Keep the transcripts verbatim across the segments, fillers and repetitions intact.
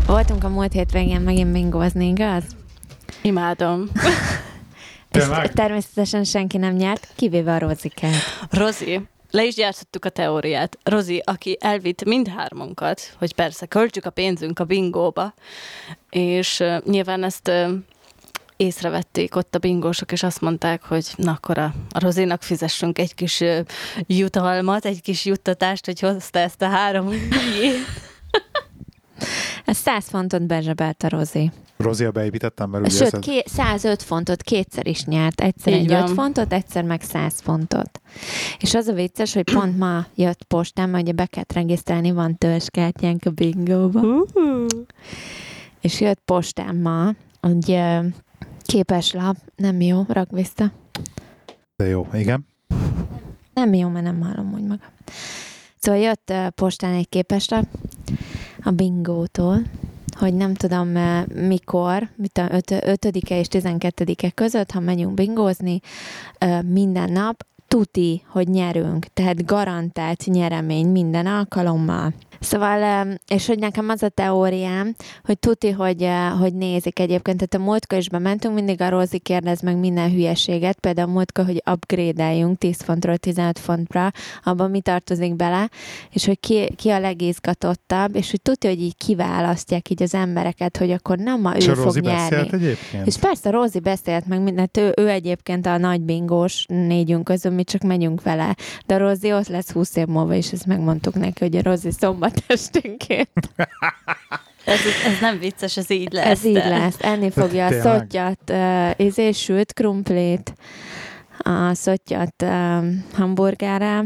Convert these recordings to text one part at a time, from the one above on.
Voltunk a múlt hétvégén megint bingozni, igaz? Imádom. És természetesen senki nem nyert, kivéve a Rozikát. Rozi, le is játszottuk a teóriát. Rozi, aki elvitt mindhármunkat, hogy persze költsük a pénzünk a bingóba, és uh, nyilván ezt uh, észrevették ott a bingósok, és azt mondták, hogy na akkor a, a Rozinak fizessünk egy kis uh, jutalmat, egy kis juttatást, hogy hozta ezt a három ügyét. Ez száz fontot bezsebelt a Rozi. Rozia beépítettem, mert ugye Sőt, eszed... ké- százöt fontot kétszer is nyert. Egyszer Így egy van. öt fontot, egyszer meg száz fontot. És az a vicces, hogy pont ma jött postán, mert ugye be kellett regisztrálni, van törzskártyánk a bingóba. Uh-huh. És jött postán ma, hogy uh, képeslap, nem jó, rak vissza. De jó, igen. Nem jó, mert nem hallom úgy magam. Szóval jött uh, postán egy képeslap a bingótól, hogy nem tudom uh, mikor, mit a öt- ötödike és tizenkettedike között, ha megyünk bingózni, uh, minden nap tuti, hogy nyerünk, tehát garantált nyeremény minden alkalommal. Szóval, és hogy nekem az a teóriám, hogy tuti, hogy, hogy nézik egyébként, tehát a múltkor is bementünk, mindig a Rozi kérdez meg minden hülyeséget, például a múltkor, hogy upgrade-eljünk tíz fontról tizenöt fontra, abban mi tartozik bele, és hogy ki, ki a legizgatottabb, és hogy tuti, hogy így kiválasztják így az embereket, hogy akkor nem ma ő és fog a Rozi nyerni. beszélt egyébként? És persze a Rozi beszélt meg mindent, ő, ő egyébként a nagy bingós négyünk közül, mi csak megyünk vele, de a Rozi ott lesz húsz év múlva, és ezt megmondtuk neki, hogy a Rozi szombat esténként. Ez, ez nem vicces, ez így lesz. Ez így lesz. Enni fogja a szottyat, uh, izé, sült krumplit, a szottyat uh, hamburgára,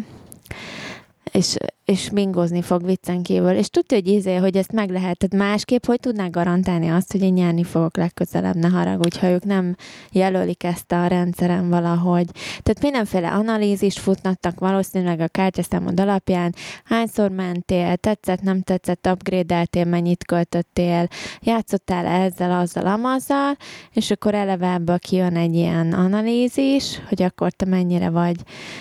és, és bingozni fog viccen kívül. És tudja, hogy izé, hogy ezt meg lehet. Tehát másképp, hogy tudnák garantálni azt, hogy én nyerni fogok legközelebb, ne haragudj, ha ők nem jelölik ezt a rendszeren valahogy. Tehát mindenféle analízist futtattak valószínűleg a kártyaszámod alapján. Hányszor mentél, tetszett, nem tetszett, upgrade-eltél, mennyit költöttél, játszottál ezzel, azzal, amazzal, és akkor eleve ebből kijön egy ilyen analízis, hogy akkor te mennyire vagy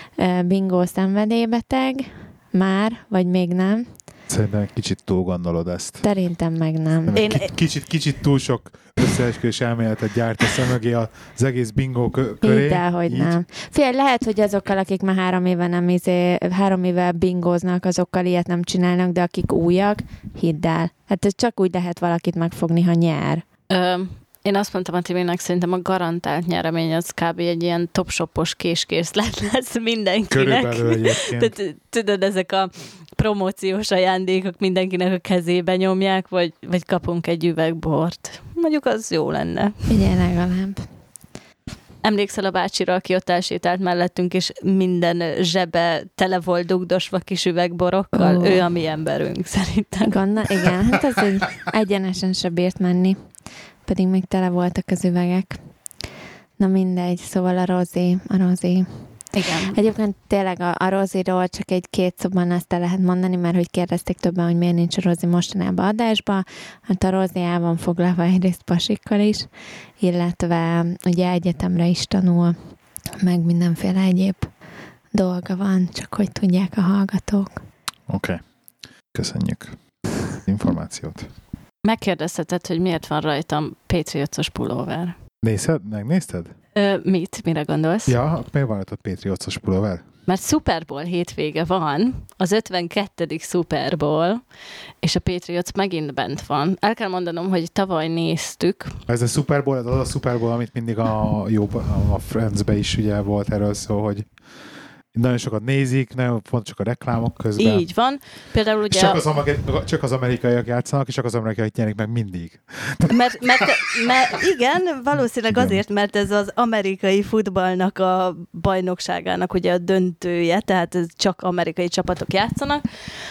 bingó szenvedélybeteg, már, vagy még nem. Szerintem kicsit túl gondolod ezt. Szerintem meg nem. Én... K- kicsit, kicsit túl sok összeesküvés elméletet gyártasz a mögé az egész bingó kö- köré. Hidd el, hogy így. Nem. Figyelj, lehet, hogy azokkal, akik már három éve nem izé, három éve bingóznak, azokkal ilyet nem csinálnak, de akik újak, hidd el. Hát ez csak úgy lehet valakit megfogni, ha nyer. Ö, én azt mondtam a Timinek, szerintem a garantált nyeremény az kb. Egy ilyen topshopos késkészlet lesz mindenkinek. Körülbelül egyébként. Tehát, tudod, ezek a promóciós ajándékok mindenkinek a kezébe nyomják, vagy, vagy kapunk egy üveg bort. Mondjuk az jó lenne. Figyelj legalább. Emlékszel a bácsira, aki ott elsétált mellettünk, és minden zsebe tele volt dugdosva kis üvegborokkal? Oh. Ő a mi emberünk, szerintem. Gonna, igen, hát az egy egyenesen se bírt menni. Pedig még tele voltak az üvegek. Na mindegy, szóval a Rozi, a Rozi. Igen. Egyébként tényleg a, a Roziról csak egy-két szóban azt el lehet mondani, mert hogy kérdezték többen, hogy miért nincs a Rozi mostanában adásba. Hát a Rozi el van foglalva egyrészt pasikkal is, illetve ugye egyetemre is tanul, meg mindenféle egyéb dolga van, csak hogy tudják a hallgatók. Oké. Okay. Köszönjük az információt. Megkérdezheted, hogy miért van rajtam Patriots-os pulóver. Nézted? Megnézted? Ö, mit? Mire gondolsz? Ja, miért van ott a Patriots-os pulóver? Mert Super Bowl hétvége van, az ötvenkettedik Super Bowl, és a Patriots megint bent van. El kell mondanom, hogy tavaly néztük. Ez a Super Bowl, ez az a Super Bowl, amit mindig a, jó, a Friends-be is ugye volt erről szó, hogy nagyon sokat nézik, nagyon fontosak a reklámok közben. Így van. Például ugye... Csak az, amerikai, csak az amerikaiak játszanak, és csak az amerikaiak nyerik meg mindig. Mert, mert, mert igen, valószínűleg igen. Azért, mert ez az amerikai futballnak a bajnokságának ugye a döntője, tehát ez csak amerikai csapatok játszanak,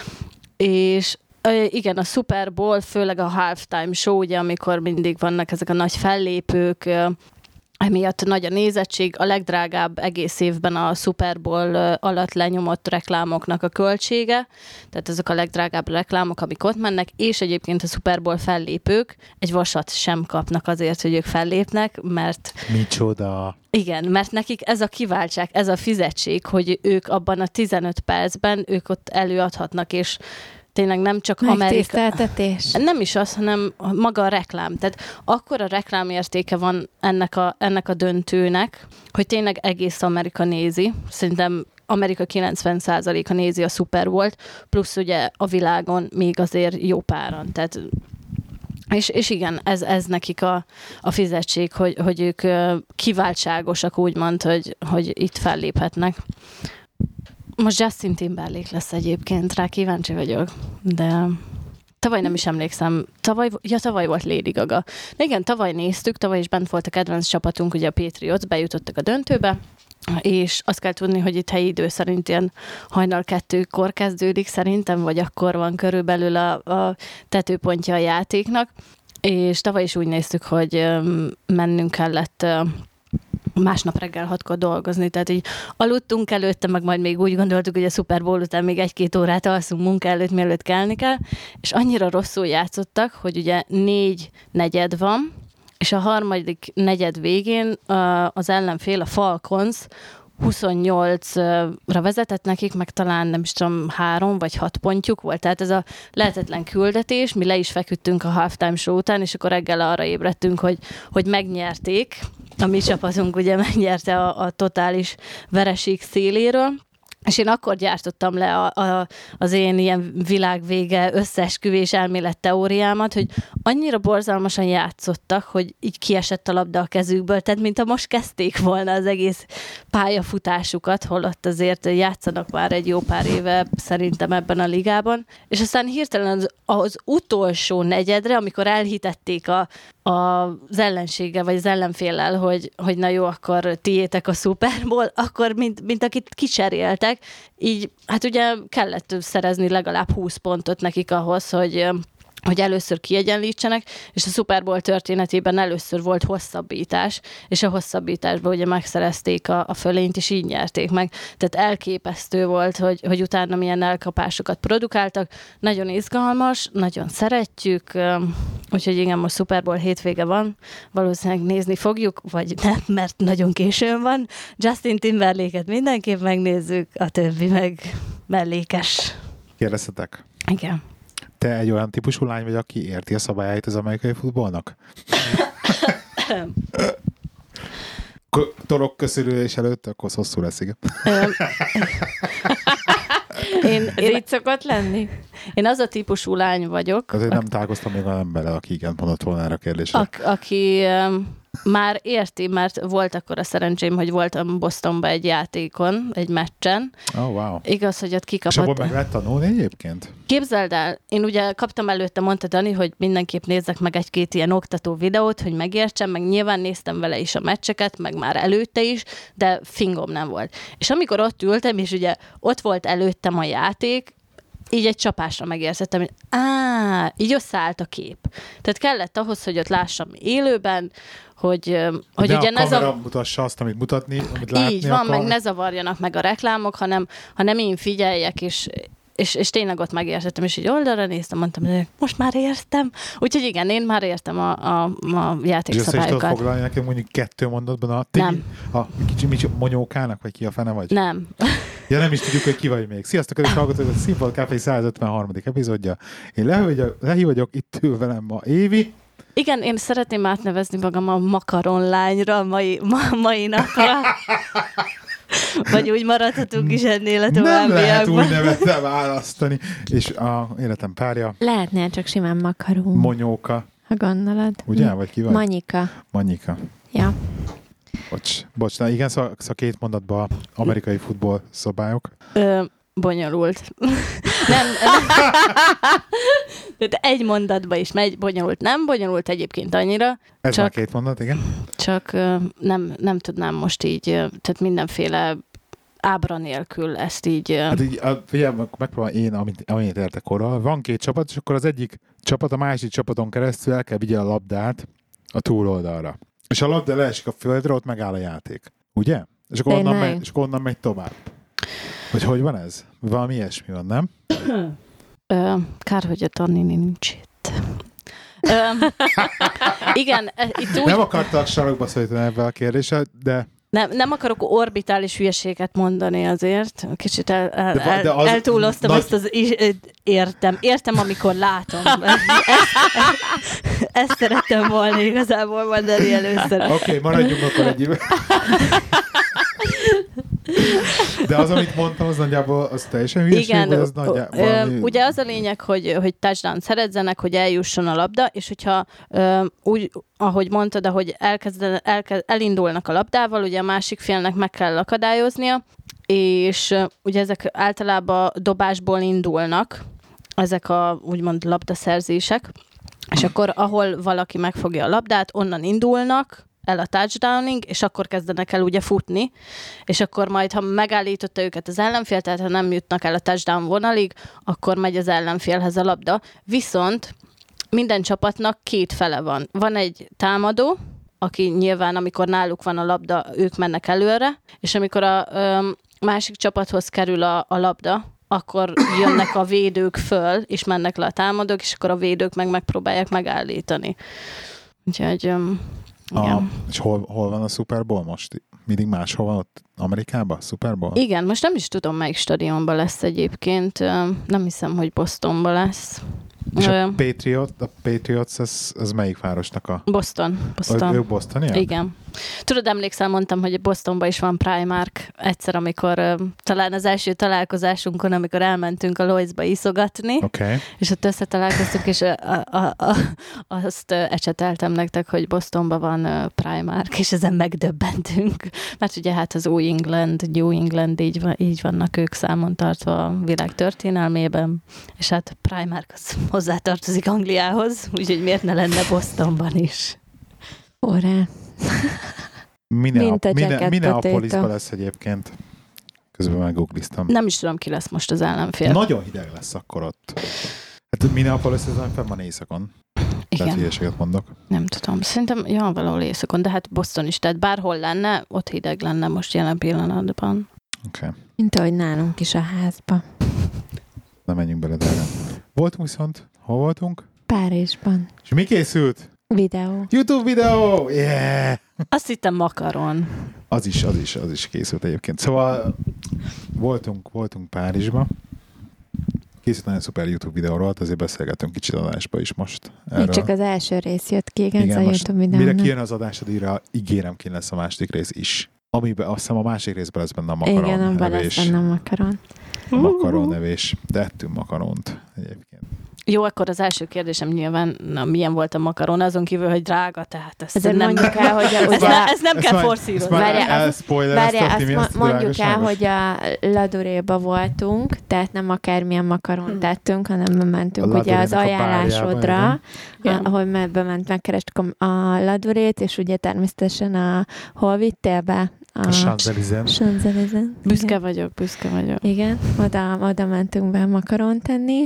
és igen, a Super Bowl, főleg a halftime show, ugye, amikor mindig vannak ezek a nagy fellépők, emiatt nagy a nézettség, a legdrágább egész évben a Super Bowl alatt lenyomott reklámoknak a költsége, tehát ezek a legdrágább reklámok, amik ott mennek, és egyébként a Super Bowl fellépők egy vasat sem kapnak azért, hogy ők fellépnek, mert... Micsoda! Igen, mert nekik ez a kiváltság, ez a fizetség, hogy ők abban a tizenöt percben ők ott előadhatnak, és tényleg nem csak Amerika... Megtiszteltetés. Nem is az, hanem maga a reklám. Tehát akkora reklámértéke van ennek a, ennek a döntőnek, hogy tényleg egész Amerika nézi. Szerintem Amerika kilencven százaléka nézi a Super Bowl-t, plusz ugye a világon még azért jó páran. Tehát És, és igen, ez, ez nekik a, a fizetség, hogy, hogy ők kiváltságosak, úgymond, hogy, hogy itt felléphetnek. Most Justin Timberlake lesz egyébként, rá kíváncsi vagyok, de tavaly nem is emlékszem. Tavaly, ja, tavaly volt Lady Gaga. De igen, tavaly néztük, tavaly is bent volt a kedvenc csapatunk, ugye a Patriots, bejutottak a döntőbe, és azt kell tudni, hogy itt helyi idő szerint ilyen hajnal kettőkor kezdődik szerintem, vagy akkor van körülbelül a, a tetőpontja a játéknak, és tavaly is úgy néztük, hogy mennünk kellett másnap reggel hatkor dolgozni, tehát így aludtunk előtte, meg majd még úgy gondoltuk, hogy a Super Bowl után még egy-két órát alszunk munka előtt, mielőtt kelni kell, és annyira rosszul játszottak, hogy ugye négy negyed van, és a harmadik negyed végén az ellenfél, a Falcons huszonnyolcra vezetett nekik, meg talán nem is tudom, három vagy hat pontjuk volt. Tehát ez a lehetetlen küldetés, mi le is feküdtünk a halftime show után, és akkor reggel arra ébredtünk, hogy, hogy megnyerték. A mi csapatunk ugye megnyerte a, a totális vereség széléről. És én akkor gyártottam le a, a, az én ilyen világvége összeesküvés elmélet teóriámat, hogy annyira borzalmasan játszottak, hogy így kiesett a labda a kezükből, tehát mint ha most kezdték volna az egész pályafutásukat, holott azért játszanak már egy jó pár éve szerintem ebben a ligában. És aztán hirtelen az, az utolsó negyedre, amikor elhitették a, a, az ellenséggel, vagy az ellenféllel, hogy, hogy na jó, akkor tiétek a Super Bowl, akkor mint, mint akit kicseréltek, így hát ugye kellett szerezni legalább húsz pontot nekik ahhoz, hogy, hogy először kiegyenlítsenek, és a Super Bowl történetében először volt hosszabbítás, és a hosszabbításban ugye megszerezték a, a fölényt, és így nyerték meg. Tehát elképesztő volt, hogy, hogy utána milyen elkapásokat produkáltak. Nagyon izgalmas, nagyon szeretjük, úgyhogy igen, most Super Bowl hétvége van, valószínűleg nézni fogjuk, vagy nem, mert nagyon későn van. Justin Timberlake-et mindenképp megnézzük, a többi meg mellékes. Kérdeztetek? Igen. Te egy olyan típusú lány vagy, aki érti a szabályait az amerikai futballnak? Torok köszörülés előtt, akkor hosszú lesz, igen. Én, én így szokott lenni? Én az a típusú lány vagyok. Azért nem találkoztam még olyan emberrel, aki igen mondott volna erre a kérdésre. A, aki um, már érti, mert volt akkor a szerencsém, hogy voltam Bostonban egy játékon, egy meccsen. Oh, wow. Igaz, hogy ott kikapott. És abból meg lehet tanulni egyébként? Képzeld el, én ugye kaptam előtte, mondta Dani, hogy mindenképp nézzek meg egy-két ilyen oktató videót, hogy megértsem, meg nyilván néztem vele is a meccseket, meg már előtte is, de fingom nem volt. És amikor ott ültem, és ugye ott volt előttem a játék, így egy csapásra megértettem, hogy á, így összeállt a kép. Tehát kellett ahhoz, hogy ott lássam élőben, hogy, hogy de ugye a ne kamera zav... mutassa azt, amit mutatni, amit látni így van, akar. meg ne zavarjanak meg a reklámok, hanem, hanem én figyeljek, és, és, és tényleg ott megértettem, és így oldalra néztem, mondtam, hogy most már értem. Úgyhogy igen, én már értem a, a, a játékszabályokat. És össze is tudod foglalni nekem mondjuk kettő mondatban a, nem. a kicsi micsi monyókának, vagy ki a fene vagy? Nem. Ja, nem is tudjuk, hogy ki vagy még. Sziasztok, kedves hallgatók, ez a Színpad Café száz ötvenharmadik epizódja. Én Lehi vagyok, itt ül velem ma Évi. Igen, én szeretném átnevezni magam a makaron lányra a mai, ma, mai napra. Vagy úgy maradhatunk is ennél a továbbiakban. Nem lehet úgy nevetre választani. És a életem párja. Lehetnél csak simán makaron. Monyóka. Ha gondolod. Ugye? Vagy ki vagy? Manyika. Manyika. Ja. Bocs, bocs, na igen, szóval szó két mondatban amerikai futball szabályok. Ö, bonyolult. nem. Tehát egy mondatba is megy, bonyolult. Nem bonyolult egyébként annyira. Ez csak, már két mondat, igen. Csak nem, nem tudnám most így, tehát mindenféle ábra nélkül ezt így... Hát így, figyelj, megpróbálom én, amit, amit értek orra. Van két csapat, és akkor az egyik csapat a másik csapaton keresztül el kell vigye a labdát a túloldalra. És a labda leesik a földre, ott megáll a játék. Ugye? És akkor, onnan megy, és akkor onnan megy tovább. Hogy hogy van ez? Valami ilyesmi van, nem? Ö, kár, hogy a Dani nincs itt. Ö, igen, itt úgy... Nem akartak sarokba szólítani ebben a kérdéssel, de Nem, nem akarok orbitális hülyeséget mondani azért. Kicsit el, el, De- el, de az eltúloztam nagy- ezt az... is- Értem. Értem, amikor látom. Ezt, ezt szerettem volna igazából mondani először. Oké, okay, maradjunk akkor egy De az, amit mondtam, az nagyjából az teljesen hülyeség, Igen, vagy az nagyjából ö, valami... ugye az a lényeg, hogy, hogy touchdown szerezzenek, hogy eljusson a labda, és hogyha ö, úgy, ahogy mondtad, ahogy elkezd, elkezd, elindulnak a labdával, ugye a másik félnek meg kell akadályoznia, és ö, ugye ezek általában dobásból indulnak, ezek a úgymond labdaszerzések, és akkor ahol valaki megfogja a labdát, onnan indulnak el a touchdowning, és akkor kezdenek el ugye futni, és akkor majd, ha megállította őket az ellenfél, tehát ha nem jutnak el a touchdown vonalig, akkor megy az ellenfélhez a labda. Viszont minden csapatnak két fele van. Van egy támadó, aki nyilván, amikor náluk van a labda, ők mennek előre, és amikor a ö, másik csapathoz kerül a, a labda, akkor jönnek a védők föl, és mennek le a támadók, és akkor a védők meg megpróbálják megállítani. Úgyhogy... Ö, A, és hol, hol van a Super Bowl most? Mindig máshol van ott Amerikában a Super Bowl? Igen, most nem is tudom, melyik stadionban lesz egyébként. Nem hiszem, hogy Bostonban lesz. És a Patriot, a Patriots, ez, ez melyik városnak a... Boston. Boston. Ők Bostoniak? Igen. Tudod, emlékszel, mondtam, hogy Bostonban is van Primark egyszer, amikor uh, talán az első találkozásunkon, amikor elmentünk a Lloydsba iszogatni, Okay. és ott összetalálkoztunk, és uh, a, a, a, azt uh, ecseteltem nektek, hogy Bostonban van uh, Primark, és ezen megdöbbentünk. Mert ugye hát az új England, New England, így, van, így vannak ők számon tartva a világ történelmében, és hát Primark az hozzátartozik Angliához, úgyhogy miért ne lenne Bostonban is? Orrá. Mint a Jacket Minneapolisban Potato. lesz egyébként. Közben meggoogliztam. Nem is tudom, ki lesz most az ellenfél. Nagyon hideg lesz akkor ott. Hát Minneapolis ez fenn van éjszakon. Tehát Igen, hülyeséget mondok. nem tudom. Szerintem, ja, valahol éjszakon, de hát Boston is, tehát bárhol lenne, ott hideg lenne most jelen pillanatban. Oké. Okay. Mint ahogy nálunk is a házba. Nem menjünk bele, de voltunk viszont. Hol voltunk? Párizsban. És mi készült? Videó. YouTube videó! Yeah! Azt hittem makaron. Az is, az is, az is készült egyébként. Szóval voltunk, voltunk Párizsba. Készült nagyon szuper YouTube videóról, azért beszélgetünk kicsit adásba is most. Erről. Még csak az első rész jött ki, igen, Igen, a most YouTube videónak. mire kijön az adás, addigra ígérem, ki lesz a második rész is. Amiben azt hiszem a másik részben lesz benne a makaron Igen, abban lesz evés. benne a makaron. A makaron evés. De ettünk makaront egyébként. Jó, akkor az első kérdésem nyilván, na, milyen volt a makaron, azon kívül, hogy drága, tehát ezt Ezért nem, mondjuk el, hogy a, ezt, ugye, ne, ezt nem Ezt kell már- forszírozni. ezt már Várjál, elspoilereztem, Várjál, ti mi azt ezt mo- mondjuk el, drágaságos? hogy a Laduréba voltunk, tehát nem akármilyen makaron Hm. tettünk, hanem bementünk A ugye az Ladurénak a ajánlásodra, bárjába, igen. a- ahol me- bement, megkerestük a, a Ladurét, és ugye természetesen a, hol vittél be? A Champs-Élysées-en. Champs-Élysées. Büszke Igen. vagyok, büszke vagyok. Igen, oda, oda mentünk be makaron tenni,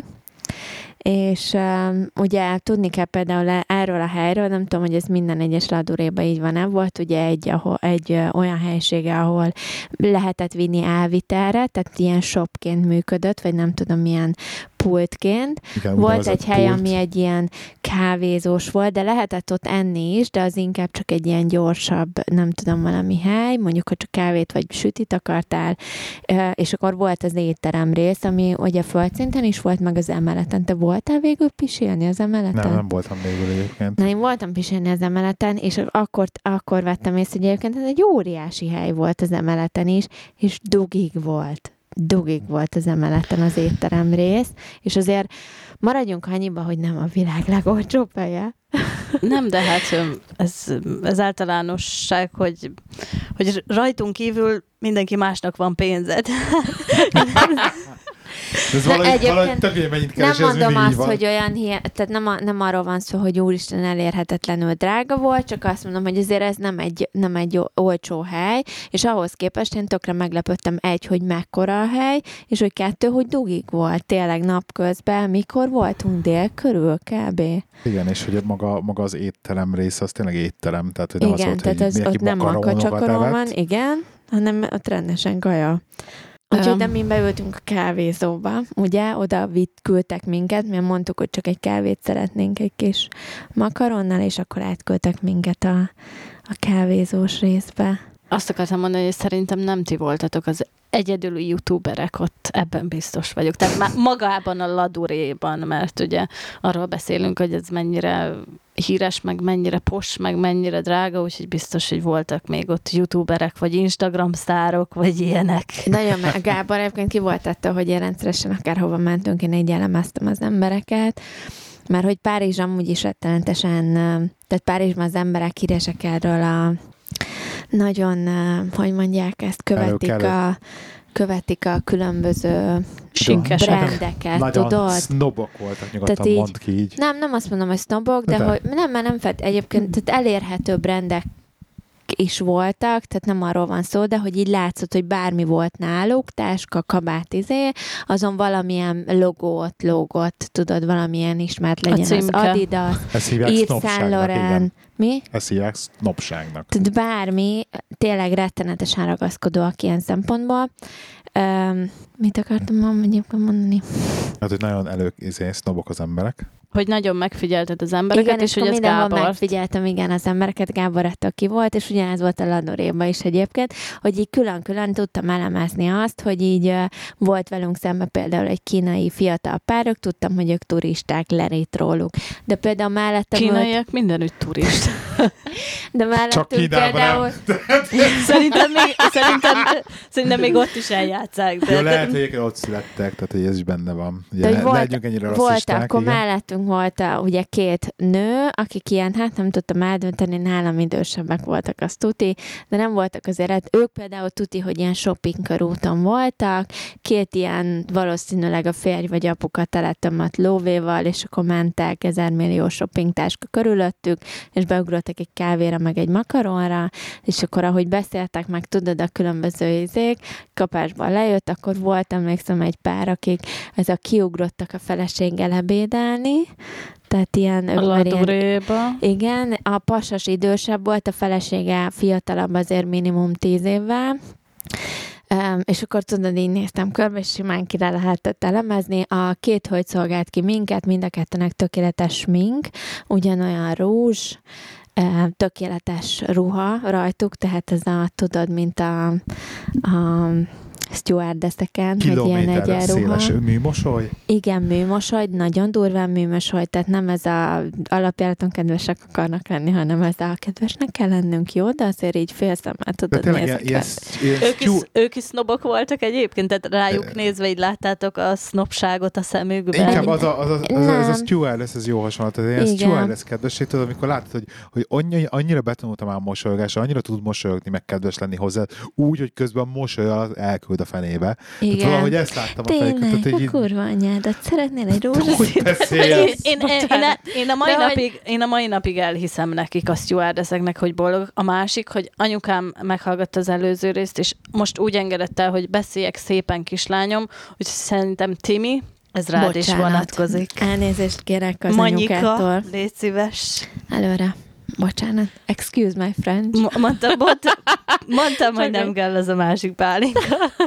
és um, ugye tudni kell például erről a helyről, nem tudom, hogy ez minden egyes Laduréban így van-e, volt ugye egy, ahol, egy ö, olyan helysége, ahol lehetett vinni elvitelre, tehát ilyen shopként működött, vagy nem tudom, milyen pultként. Igen, Volt úgynevezett egy hely, pult. ami egy ilyen kávézós volt, de lehetett ott enni is, de az inkább csak egy ilyen gyorsabb, nem tudom, valami hely, mondjuk, hogy csak kávét vagy sütit akartál, ö, és akkor volt az étterem rész, ami ugye földszinten is volt, meg az emeleten. Te voltál végül pisilni az emeleten? Nem, nem voltam végül egyébként. Na, én voltam pisilni az emeleten, és akkor, akkor vettem észre, hogy egyébként ez egy óriási hely volt az emeleten is, és dugig volt. Dugig volt az emeleten az étterem rész, és azért maradjunk annyiba, hogy nem a világ legolcsóbb helye. Nem, de hát öm, ez, ez általánosság, hogy, hogy rajtunk kívül mindenki másnak van pénze. Ez Na, valahogy, egyébként valahogy tök, hogy mennyit Nem keres, ez mondom mindig így azt, van. hogy olyan hiá... tehát nem, a, nem arról van szó, hogy úristen elérhetetlenül drága volt, csak azt mondom, hogy azért ez nem egy, nem egy olcsó hely, és ahhoz képest én tökre meglepődtem, egy, hogy mekkora a hely, és hogy kettő, hogy dugig volt, tényleg napközben, mikor voltunk dél körül, kb. Igen, és hogy maga, maga az étterem része, az tényleg étterem, tehát hogy nem az Igen, volt, tehát hogy ez mindenki ott nem makaronokat akacsakaron van, evett. igen, hanem ott rendesen kaja. Úgyhogy Öm. de mi beültünk a kávézóba, ugye, oda vitt, küldtek minket, mert mondtuk, hogy csak egy kávét szeretnénk egy kis makaronnal, és akkor átküldtek minket a, a kávézós részbe. Azt akartam mondani, hogy szerintem nem ti voltatok az egyedüli youtuberek ott, ebben biztos vagyok. Tehát már magában a laduréban, mert ugye arról beszélünk, hogy ez mennyire híres, meg mennyire pos, meg mennyire drága, úgyhogy biztos, hogy voltak még ott youtuberek, vagy Instagram sztárok, vagy ilyenek. Nagyon, mert Gábor egyébként ki volt ettől, hogy én rendszeresen akárhova mentünk, én így elemeztem az embereket, mert hogy Párizs amúgy is rettenetesen, tehát Párizsban az emberek híresek erről a nagyon, hogy mondják ezt, követik a, követik a különböző sinkesek brandeket, nagyon tudod? sznobok voltak, nyugodtan így, mondd ki így. Nem, nem azt mondom, hogy sznobok, de, de. hogy nem, mert nem fed, egyébként tehát elérhető brandek is voltak, tehát nem arról van szó, de hogy így látszott, hogy bármi volt náluk, táska, kabát, izé, azon valamilyen logót, logót, tudod, valamilyen ismert legyen az Adidas, Yves Saint Laurent, mi? Ezt hívják sznobságnak. Tehát bármi, tényleg rettenetesen ragaszkodóak ilyen szempontból. Um, mit akartam mondani? Hát, hogy nagyon elő, izé, sznobok az emberek. Hogy nagyon megfigyelted az embereket, igen, és hogy ez Gábor. megfigyeltem, igen, az embereket, Gábor ettől ki volt, és ugyanez volt a Ladoréban is egyébként, hogy így külön-külön tudtam elemezni azt, hogy így uh, volt velünk szemben például egy kínai fiatal párok, tudtam, hogy ők turisták, lerít róluk. De például mellette kínaiak volt... mindenütt turist. Csak De mellettünk például... szerintem, még, szerintem, szerintem még ott is eljátszák. De... Jó, lehet, hogy ott születtek, tehát hogy ez is benne van. Ugye, de ne, volt, legyünk ennyire volt, rasszisták. akkor igen. mellettünk volt a, ugye két nő, akik ilyen, hát nem tudtam eldönteni, nálam idősebbek voltak, az tuti, de nem voltak azért, hát ők például tuti, hogy ilyen shopping körúton voltak, két ilyen valószínűleg a férj vagy apuka teletömött lóvéval, és akkor mentek ezermillió shoppingtáska körülöttük, és beugrottak egy kávéra, meg egy makaronra, és akkor ahogy beszéltek, meg tudod a különböző izék, kapásban lejött, akkor volt, emlékszem, egy pár, akik ez a kiugrottak a feleséggel ebédelni, tehát ilyen... A Laduréba. Igen, a pasas idősebb volt, a felesége fiatalabb azért minimum tíz évvel, Um, és akkor tudod, így néztem körbe, és simán ki lehetett elemezni. A két hölgy szolgált ki minket, mind a kettőnek tökéletes smink, ugyanolyan rúzs, tökéletes ruha rajtuk, tehát ez a, tudod, mint a, a stewardesseken, hogy ilyen egyenruha. Széles műmosoly? Igen, műmosoly, nagyon durván műmosoly, tehát nem ez a alapjáraton kedvesek akarnak lenni, hanem ez a kedvesnek kell lennünk, jó? De azért így félszemmel tudod nézni. Ők is, ők is sznobok voltak egyébként, tehát rájuk nézve így láttátok a sznobságot a szemükben. Inkább az a, az a, az a, az a stewardess, ez jó hasonlat. Ez ilyen stewardess kedvesség, tudod, amikor látod, hogy, hogy annyi, annyira betanultam már a mosolygásra, annyira tud mosolyogni, meg kedves lenni hozzá, úgy, hogy közben a mosoly az elküld a fenébe. Igen. Tehát valahogy ezt láttam a fejüket. Tényleg, a így... kurva anyádat, szeretnél egy rózsaszín? Hogy beszélsz? Én, én, én, én, a mai napig, hogy... én a mai napig elhiszem nekik a stewardesseknek, hogy boldog. A másik, hogy anyukám meghallgatta az előző részt, és most úgy engedett el, hogy beszéljek szépen, kislányom, hogy szerintem Timi, ez rád Bocsánat. is vonatkozik. Elnézést kérek az Manyika, anyukától. légy szíves. Előre. Bocsánat. Excuse my French. M- mondtam, mondtam, mondtam hogy nem kell az a másik pálinka.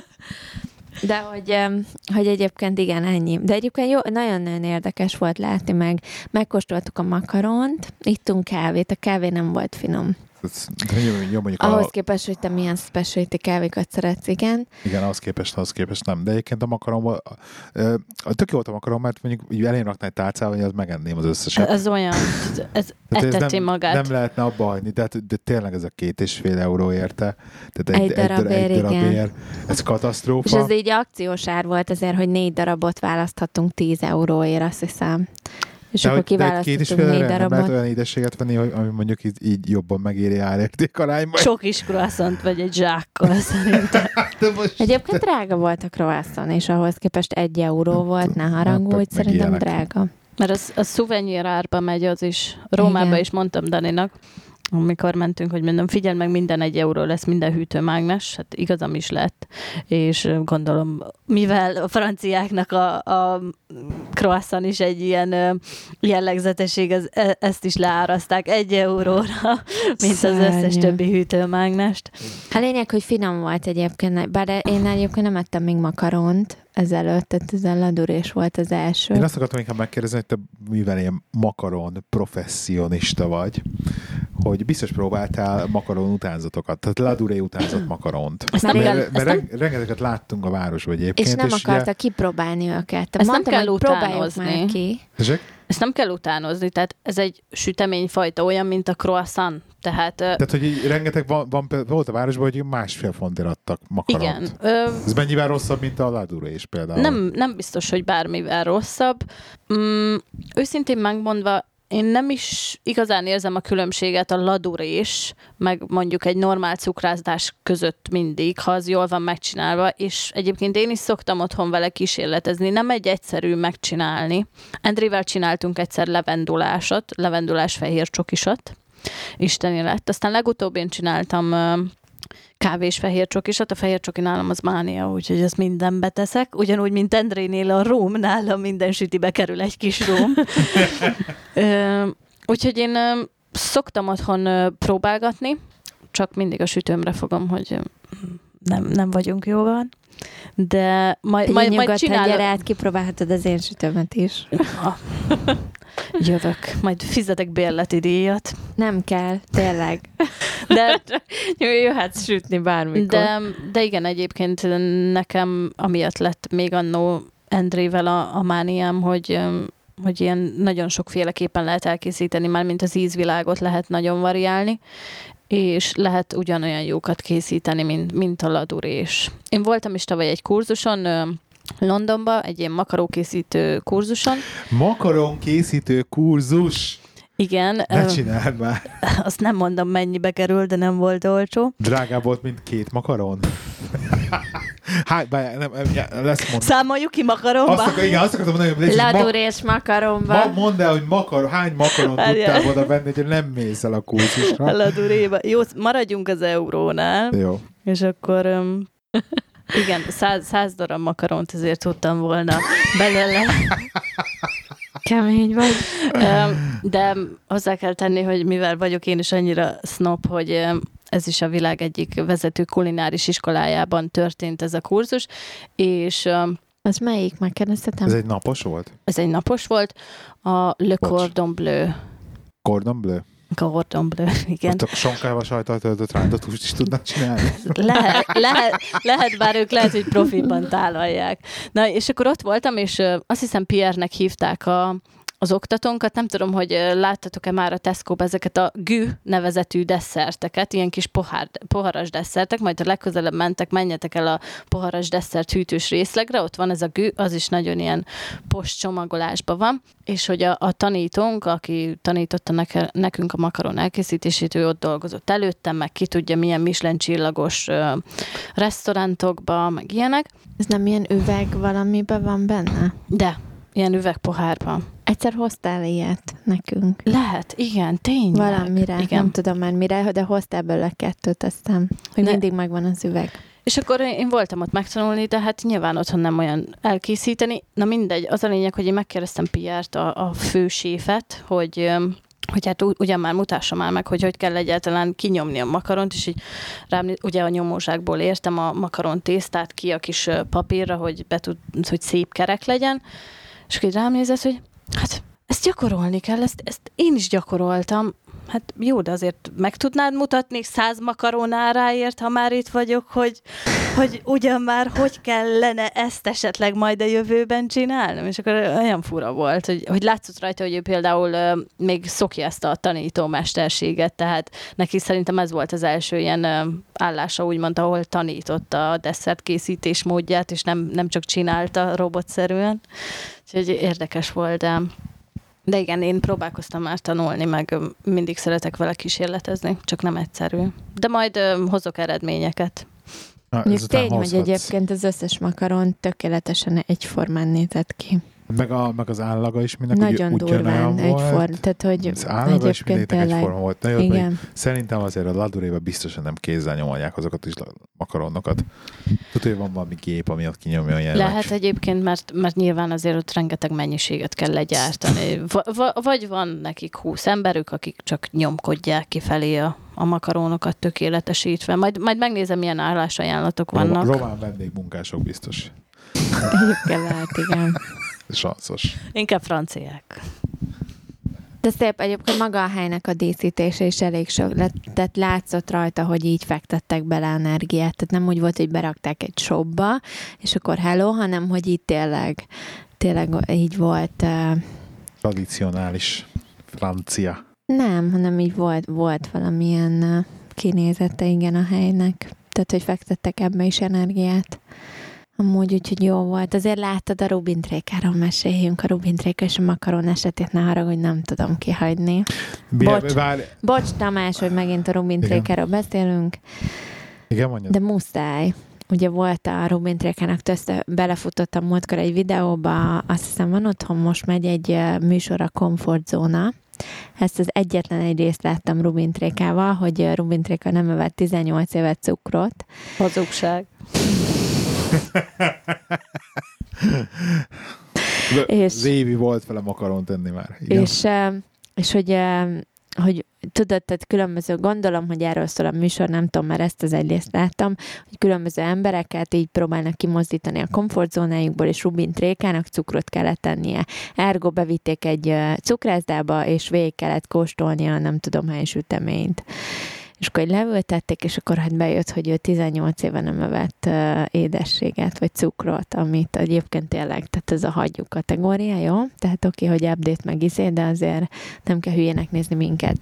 De hogy, hogy egyébként igen, ennyi. De egyébként jó, nagyon-nagyon érdekes volt látni, meg megkóstoltuk a makaront, ittunk kávét, a kávé nem volt finom. Jó, mondjuk ahhoz a... képest, hogy te milyen specialty kávékat szeretsz, igen. Igen, ahhoz képest, ahhoz képest nem. De egyébként a makaronban, tök jó volt a makaron, mert mondjuk így elén rakná egy tálcával, hogy az megenném az összeset. Ez olyan, ez eteti nem, magát. Nem lehetne abba hagyni, de, de tényleg ez a két és fél euró érte. Tehát egy, egy darab egy, ér, egy darab igen. ér. Ez katasztrófa. És ez így akciós ár volt azért, hogy négy darabot választhatunk tíz euróért, azt hiszem. És de akkor kiválasztottunk négy darabot. Nem lehet olyan édességet venni, ami mondjuk így, így jobban megéri árérték arányban. Sok is croissant vagy egy zsákkal szerintem. Most... Egyébként drága volt a croissant, és ahhoz képest egy euró volt, ne haragudj, szerintem ilyenek. Drága. Mert az, a szuvenyér árba megy az is. Rómába is mondtam Daninak, amikor mentünk, hogy mondom, figyelj meg, minden egy euró lesz, minden hűtőmágnes, hát igazam is lett, és gondolom, mivel a franciáknak a, a croissant is egy ilyen jellegzetesség, ez, ezt is leárazták egy euróra, mint Szörnyű. Az összes többi hűtőmágnest. A lényeg, hogy finom volt egyébként, bár én egyébként nem ettem még makaront ezelőtt, tehát ez a ladurés volt az első. Én azt akartam inkább megkérdezni, hogy te mivel ilyen makaron professzionista vagy, hogy biztos próbáltál makaron utánzatokat, tehát laduré utánzott makaront. Ezt nem mert kell, mert ezt reng, rengeteget láttunk a városban egyébként. És nem és akarta ugye... kipróbálni őket. Ezt Mondtam, nem kell hogy próbáljuk utánozni. már ki. Ezek? Ezt nem kell utánozni, tehát ez egy süteményfajta, olyan, mint a croissant. Tehát, tehát hogy így rengeteg van, van, volt a városban, hogy másfél fontért adtak makaront. igen. Ö, Ez mennyivel rosszabb, mint a laduré is például? nem, nem biztos, hogy bármivel rosszabb. Mm, őszintén megmondva, én nem is igazán érzem a különbséget a ladurés, meg mondjuk egy normál cukrázdás között mindig, ha az jól van megcsinálva, és egyébként én is szoktam otthon vele kísérletezni, nem egy egyszerű megcsinálni. Andrével csináltunk egyszer levendulásot, levendulás fehér csokisat, isteni lett. Aztán legutóbb én csináltam kávés fehér csokisat, a fehér csoki nálam az mánia, úgyhogy ezt mindenbe teszek. Ugyanúgy, mint Endrénél a róm, nálam minden sütibe kerül egy kis róm. Úgyhogy én szoktam otthon próbálgatni, csak mindig a sütőmre fogom, hogy nem, nem vagyunk jóban. De majd, majd, majd csinálom. Gyere át, kipróbálhatod az én sütőmet is. Jövök, majd fizetek bérleti díjat. Nem kell, tényleg. De jöhetsz sütni bármikor. De, de igen, egyébként nekem amiatt lett még annó Endrével a, a mániám, hogy, hogy ilyen nagyon sokféleképpen lehet elkészíteni, már mint az ízvilágot lehet nagyon variálni, és lehet ugyanolyan jókat készíteni, mint, mint a ladurés. Én voltam is tavaly egy kurzuson, Londonba, egy ilyen makarókészítő kurzuson. Makaronkészítő kurzus? Igen. Ne csináld már. Azt nem mondom, mennyibe kerül, de nem volt olcsó. Drágább volt, mint két makaron? Hát, bár, nem, lesz mondani. Számoljuk ki makaronba? Azt akar, igen, azt akartam mondani, hogy ladurés ma- makaronba. Ma, mondd el, hogy makar, hány makaron tudtál oda venni, hogy nem mész el a kurzusra. A laduréba. Jó, maradjunk az eurónál. Jó. És akkor... Um, igen, száz, száz darab makaront ezért tudtam volna belőle. Kemény vagy. De hozzá kell tenni, hogy mivel vagyok én is annyira snob, hogy ez is a világ egyik vezető kulináris iskolájában történt ez a kurzus, és... Az melyik? Megkérdeztetem? Ez egy napos volt? Ez egy napos volt. A Le Cordon Bleu. Cordon Bleu? Cordon Bleu, igen. Ott a sonkával sajtal töltött rántott húst is tudnak csinálni. Lehet, lehet, lehet, bár ők lehet, hogy profiban tálalják. Na, és akkor ott voltam, és azt hiszem Pierre-nek hívták a, az oktatónkat. Nem tudom, hogy láttatok-e már a Tesco-ba ezeket a gü nevezetű desszerteket, ilyen kis pohár, poharas desszertek, majd ha legközelebb mentek, menjetek el a poharas desszert hűtős részlegre, ott van ez a gü, az is nagyon ilyen post csomagolásban van, és hogy a, a tanítónk, aki tanította neke, nekünk a makaron elkészítését, ő ott dolgozott előttem, meg ki tudja, milyen Michelin csillagos uh, restaurantokba, meg ilyenek. Ez nem ilyen üveg valamiben van benne? De, ilyen üvegpohárban. Egyszer hoztál ilyet nekünk. Lehet, igen, tényleg. Valamire, igen. Nem tudom már mire, de hoztál belőle kettőt, aztán, hogy ne. mindig megvan az üveg. És akkor én voltam ott megtanulni, de hát nyilván otthon nem olyan elkészíteni. Na mindegy, az a lényeg, hogy én megkérdeztem Pierre-t, a, a főséfet, hogy... hogy hát ugyan már mutassa már meg, hogy hogy kell egyáltalán kinyomni a makaront, és így rám, ugye a nyomóságból értem a makaron tésztát ki a kis papírra, hogy, betud, hogy szép kerek legyen, és akkor így rám nézett, hogy hát ezt gyakorolni kell, ezt, ezt én is gyakoroltam. Hát jó, de azért meg tudnád mutatni száz makaron áráért, ha már itt vagyok, hogy, hogy ugyan már hogy kellene ezt esetleg majd a jövőben csinálnom? És akkor olyan fura volt, hogy, hogy látszott rajta, hogy ő például uh, még szokja ezt a tanítómesterséget, tehát neki szerintem ez volt az első ilyen uh, állása, úgymond, ahol tanította a desszert készítés módját, és nem, nem csak csinálta robotszerűen. Úgyhogy érdekes volt, de... De igen, én próbálkoztam már tanulni, meg mindig szeretek vele kísérletezni, csak nem egyszerű. De majd ö, hozok eredményeket. Mondjuk tény, hogy egyébként az összes makaron tökéletesen egyformán nézett ki. Meg, a, meg az állaga is mindenki nagyon durván egyforma. Tehát, hogy az állaga is mindenkinek egyforma volt. Na jó, igen. Szerintem azért a laduréba biztosan nem kézzel nyomolják azokat is makaronokat. Tudod, hogy van valami gép, ami ott kinyomja a jelenleg. Lehet egyébként, mert, mert nyilván azért ott rengeteg mennyiséget kell legyártani. V- v- vagy van nekik húsz emberük, akik csak nyomkodják kifelé a, a makaronokat tökéletesítve. Majd, majd megnézem, milyen állásajánlatok vannak. Román vendégmunkások biztos. Egyébként lehet, igen. Sanszos. Inkább franciák. De De szép, egyébként maga a helynek a díszítése is elég sok lett, tehát látszott rajta, hogy így fektettek bele energiát, tehát nem úgy volt, hogy berakták egy shopba, és akkor hello, hanem hogy így tényleg, tényleg így volt. Uh... Tradicionális francia. Nem, hanem így volt, volt valamilyen uh, kinézete, igen, a helynek. Tehát, hogy fektettek ebbe is energiát. Amúgy úgyhogy jó volt. Azért láttad a Rubin Trékáról, meséljünk a Rubin Tréka és a makaron esetét, ne haragudj, nem tudom kihagyni. Bocs, bocs Tamás, hogy megint a Rubin Trékáról beszélünk. Igen, mondjad. De muszáj. Ugye volt a Rubin Trékának, töszte, belefutottam múltkor egy videóba, azt hiszem van otthon, most megy egy műsor, a Komfortzóna. Ezt az egyetlen egy részt láttam Rubin Trékával, hogy Rubin Tréka nem evett tizennyolc évet cukrot. Hazugság. és Évi volt vele makaron tenni már. Igen? És, és hogy, hogy tudod, tehát különböző, gondolom, hogy erről szól a műsor, nem tudom, mert ezt az egyrészt láttam, hogy különböző embereket így próbálnak kimozdítani a komfortzónájukból, és Rubin Trékának cukrot kellett tennie. Ergo bevitték egy cukrászdába, és végig kellett kóstolnia, nem tudom hány süteményt. És akkor leültették, és akkor hát bejött, hogy ő tizennyolc éve nem evett uh, édességet, vagy cukrot, amit egyébként tényleg, tehát ez a hagyjuk kategória, jó? Tehát oké, okay, hogy update meg izé, de azért nem kell hülyének nézni minket.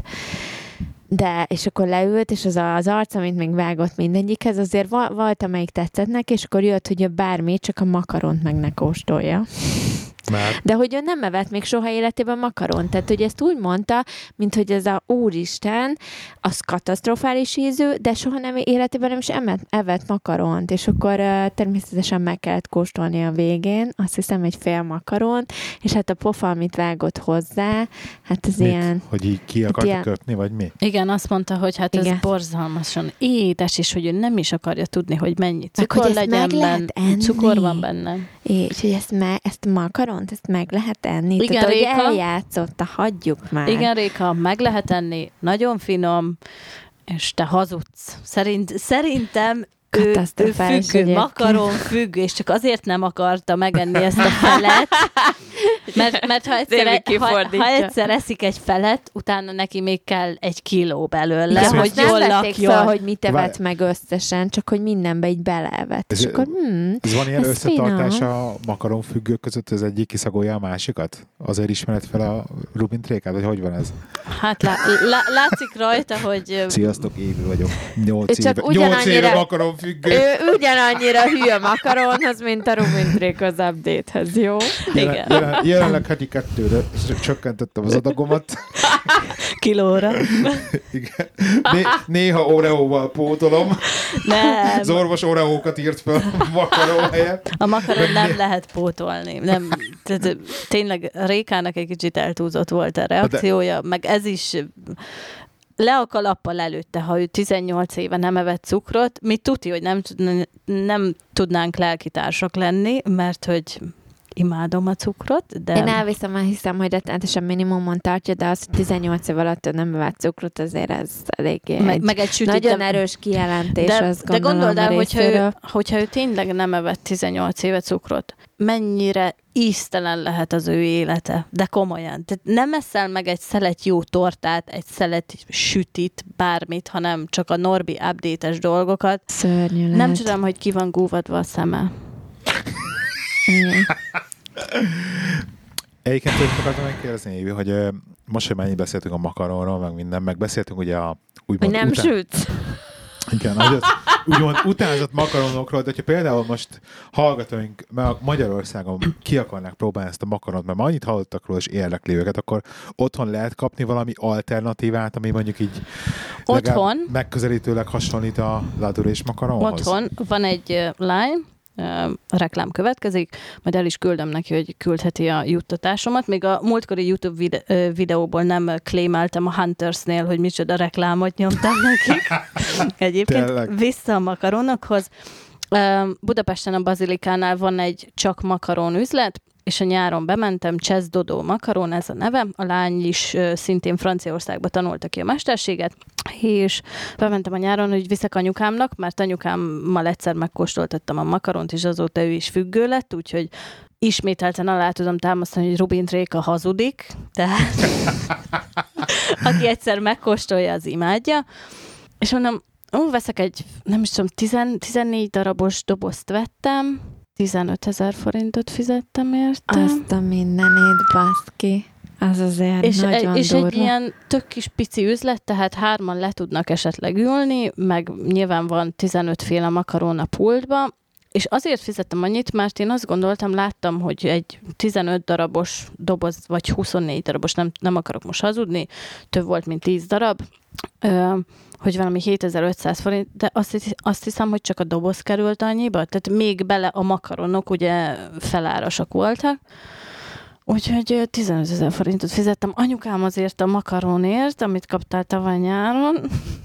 De, és akkor leült, és az az arc, amit még vágott mindegyikhez, azért volt, amelyik tetszett neki, és akkor jött, hogy bármi, csak a makaront meg ne kóstolja. Már. De hogy ő nem evett még soha életében makaron. Tehát, hogy ezt úgy mondta, mint hogy ez a úristen, az katasztrofális ízű, de soha nem életében nem is emet, evett makaront. És akkor uh, természetesen meg kellett kóstolni a végén, azt hiszem egy fél makaron, és hát a pofa, amit vágott hozzá, hát ez mit? ilyen... Hogy így ki akarta ilyen... köpni, vagy mi? Igen, azt mondta, hogy hát Igen. ez borzalmasan édes, és hogy ő nem is akarja tudni, hogy mennyi cukor meg, legyen benne. Cukor van benne. És hogy ezt, me, ezt makaront, ezt meg lehet enni. Igen, tehát, Réka, hogy eljátszotta, hagyjuk már. Igen, Réka, meg lehet enni, nagyon finom, és te hazudsz. Szerint, szerintem ő, ő függő, makaron függő, és csak azért nem akarta megenni ezt a felet, mert, mert ha, egyszer, ha, ha egyszer eszik egy felet, utána neki még kell egy kiló belőle, igen, hogy jól lakjon. Fel, hogy mit evett meg összesen, csak hogy mindenbe így beleevett. Ez, és akkor, hmm, ez van ilyen ez összetartás finom. A makaron függők között, az egyik kiszagolja a másikat? Azért ismered fel a Rubin Trékát, vagy hogy van ez? Hát lá, lá, látszik rajta, hogy... Sziasztok, Évi vagyok. Nyolc éve, nyolc éve makaron függő. Ő ugyanannyira hű a makaronhoz, mint a Rubin Tréka az update-hez, jó? Jelen, jelen, jelenleg heti kettőre csökkentettem az adagomat. Kilóra. Igen. Né, néha Oreóval pótolom. Nem. Az orvos Oreókat írt fel a makaron helyett. A makaron nem né... lehet pótolni. Nem, tehát tényleg Rékának egy kicsit eltúlzott volt a reakciója, de... meg ez is... Le a kalappal előtte, ha ő tizennyolc éve nem evett cukrot, mi tuti, hogy nem, nem tudnánk lelkitársak lenni, mert hogy imádom a cukrot, de... Én elviszem, mert hiszem, hogy rettenetesen minimumon tartja, de az, hogy tizennyolc év alatt nem evett cukrot, azért ez eléggé meg, meg egy sütit, nagyon de... erős kijelentés, de, azt de gondolom gondold el, a hogyha ő, hogyha ő tényleg nem evett tizennyolc éve cukrot, mennyire íztelen lehet az ő élete, de komolyan. Tehát nem eszel meg egy szelet jó tortát, egy szelet sütit, bármit, hanem csak a Norbi update-es dolgokat. Szörnyű lehet. Nem tudom, hogy ki van gúvadva a szeme. Igen. Egyébként tőlük akartam megkérdezni, Évi, hogy uh, most, hogy mennyit beszéltünk a makaronról, meg minden, meg beszéltünk ugye a úgymond nem után... sütsz. Igen, az, úgymond utánozott makaronokról, de hogyha például most hallgatóink Magyarországon ki akarnák próbálni ezt a makaront, mert annyit hallottak róla, és érdekli őket, akkor otthon lehet kapni valami alternatívát, ami mondjuk így otthon megközelítőleg hasonlít a ladurés makaronhoz? Otthon van egy lány, a reklám következik, majd el is küldöm neki, hogy küldheti a juttatásomat. Még a múltkori YouTube vide- videóból nem claimeltem a Huntersnél, hogy micsoda reklámot nyomtam nekik. Egyébként Tényleg. Vissza a makaronokhoz. Budapesten a Bazilikánál van egy csak makaron üzlet, és a nyáron bementem, Csesz Dodó makaron, ez a neve. A lány is szintén Franciaországba tanulta ki a mesterséget, és bementem a nyáron, hogy viszek anyukámnak, mert anyukámmal egyszer megkóstoltattam a makaront, és azóta ő is függő lett, úgyhogy ismételten alá tudom támasztani, hogy Rubin Réka hazudik, tehát aki egyszer megkóstolja, az imádja. És mondom, ó, veszek egy, nem is tudom, tizennégy darabos dobozt vettem, tizenötezer forintot fizettem érte. Azt a mindenét, baszki. Az azért és nagyon egy, És durva. egy ilyen tök kis pici üzlet, tehát hárman le tudnak esetleg ülni, meg nyilván van tizenöt féle makaron a pultba, és azért fizettem annyit, mert én azt gondoltam, láttam, hogy egy tizenöt darabos doboz, vagy huszonnégy darabos, nem, nem akarok most hazudni, több volt, mint tíz darab, ö, hogy valami hétezer-ötszáz forint, de azt, azt hiszem, hogy csak a doboz került annyiba, tehát még bele a makaronok ugye felárasak voltak, úgyhogy tizenötezer forintot fizettem. Anyukám azért a makaronért, amit kaptál tavaly nyáron,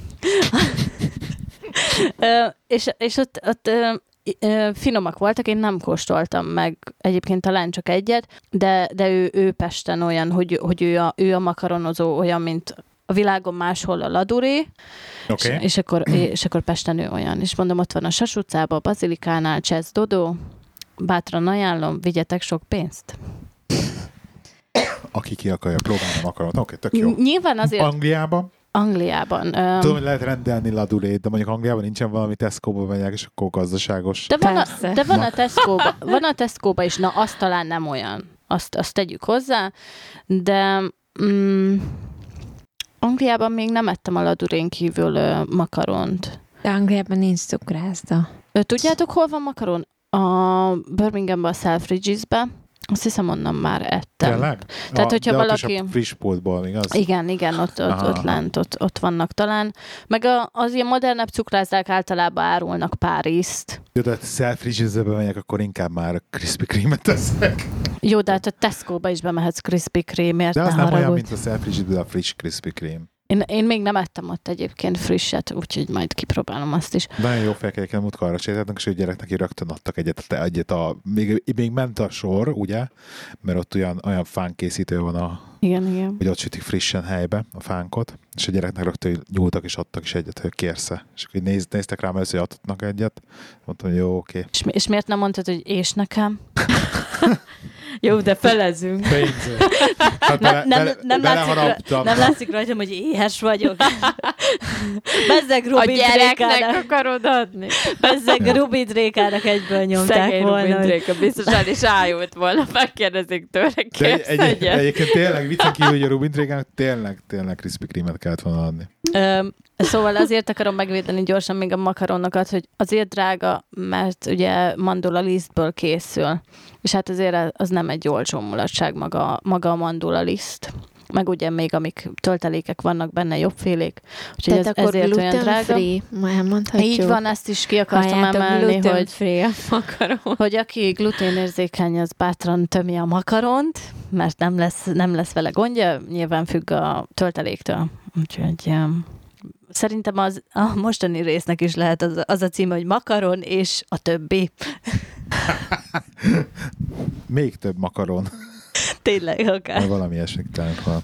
ö, és, és ott, ott ö, finomak voltak, én nem kóstoltam meg egyébként talán csak egyet, de, de ő, ő Pesten olyan, hogy, hogy ő, a, ő a makaronozó olyan, mint a világon máshol a laduré, okay. és, és, akkor, és akkor Pesten ő olyan. És mondom, ott van a Sas utcában, a Bazilikánál, Csesz Dodó, bátran ajánlom, vigyetek sok pénzt. Aki ki akarja próbálni a makaronot. Oké, okay, tök jó. Nyilván azért... Angliában? Angliában. Um, Tudom, hogy lehet rendelni ladurét, de mondjuk Angliában nincsen valami Tesco-ba megyek, és akkor gazdaságos. De van, a, de van a Tesco-ba, van a Tesco-ba is, na azt talán nem olyan. Azt, azt tegyük hozzá, de mm, Angliában még nem ettem a ladurén kívül uh, makaront. De Angliában nincs cukrászda. Tudjátok, hol van makaron? A Birminghamben, a Selfridges-be. Azt hiszem, onnan már ettem. Tényleg? Tehát, a, hogyha de valaki... ott is a friss poltból, igaz? Igen, igen, ott, ott, ott lent, ott, ott vannak talán. Meg a, az ilyen modernebb cukrázdák általában árulnak Párizst. Jó, de Selfridges-be megyek, akkor inkább már Krispy Kreme-et teszek. Jó, de hát a Tesco-ba is bemehetsz Krispy Kreme-ért, de az ne nem haragudj. olyan, mint a Selfridges-ből a friss Krispy Kreme. Én, én még nem ettem ott egyébként frisset, úgyhogy majd kipróbálom azt is. Nagyon jó fejkeljéken múltkor arra sétáltunk, és a gyereknek rögtön adtak egyet, egyet a... Még, még ment a sor, ugye? Mert ott olyan, olyan fánkészítő van, a, igen, igen. hogy ott sütik frissen helybe a fánkot, és a gyereknek rögtön nyúltak és adtak is egyet, hogy kérsz-e. És akkor néz, néztek rám először, hogy adhatnak egyet. Mondtam, hogy jó, oké. És, és miért nem mondtad, hogy és nekem? Jó, de felezünk. Hát bele, nem, bele, nem, látszik, nem látszik rajtam, hogy éhes vagyok. Bezzeg Rubin A gyereknek Rékának. akarod adni? Bezzeg Rubin Rékának egyből nyomták Szegény volna. Rubin Réka biztosan is ájult volna, megkérdezik tőle, kérsz egy, egy, egyébként tényleg viccen kívül, hogy a Rubin Rékának tényleg, tényleg Krispy Kreme-et kellett volna adni. Öm, szóval azért akarom megvédeni gyorsan még a makaronokat, hogy azért drága, mert ugye mandula lisztből készül. És hát azért az nem egy olcsó mulatság maga, maga a mandula liszt. Meg ugye még amik töltelékek vannak benne, jobbfélék. Úgyhogy tehát ez, akkor ezért olyan drága. gluten-free, már mondhatjuk. Így van, ezt is ki akartam emelni, hogy, gluten-free a makaron. hogy aki gluténérzékeny, az bátran tömi a makaront, mert nem lesz, nem lesz vele gondja, nyilván függ a tölteléktől. Úgyhogy um, szerintem az, a mostani résznek is lehet az, az a címe, hogy makaron és a többi. Még több makaron. Tényleg, akár. Valami ilyesmik talán van.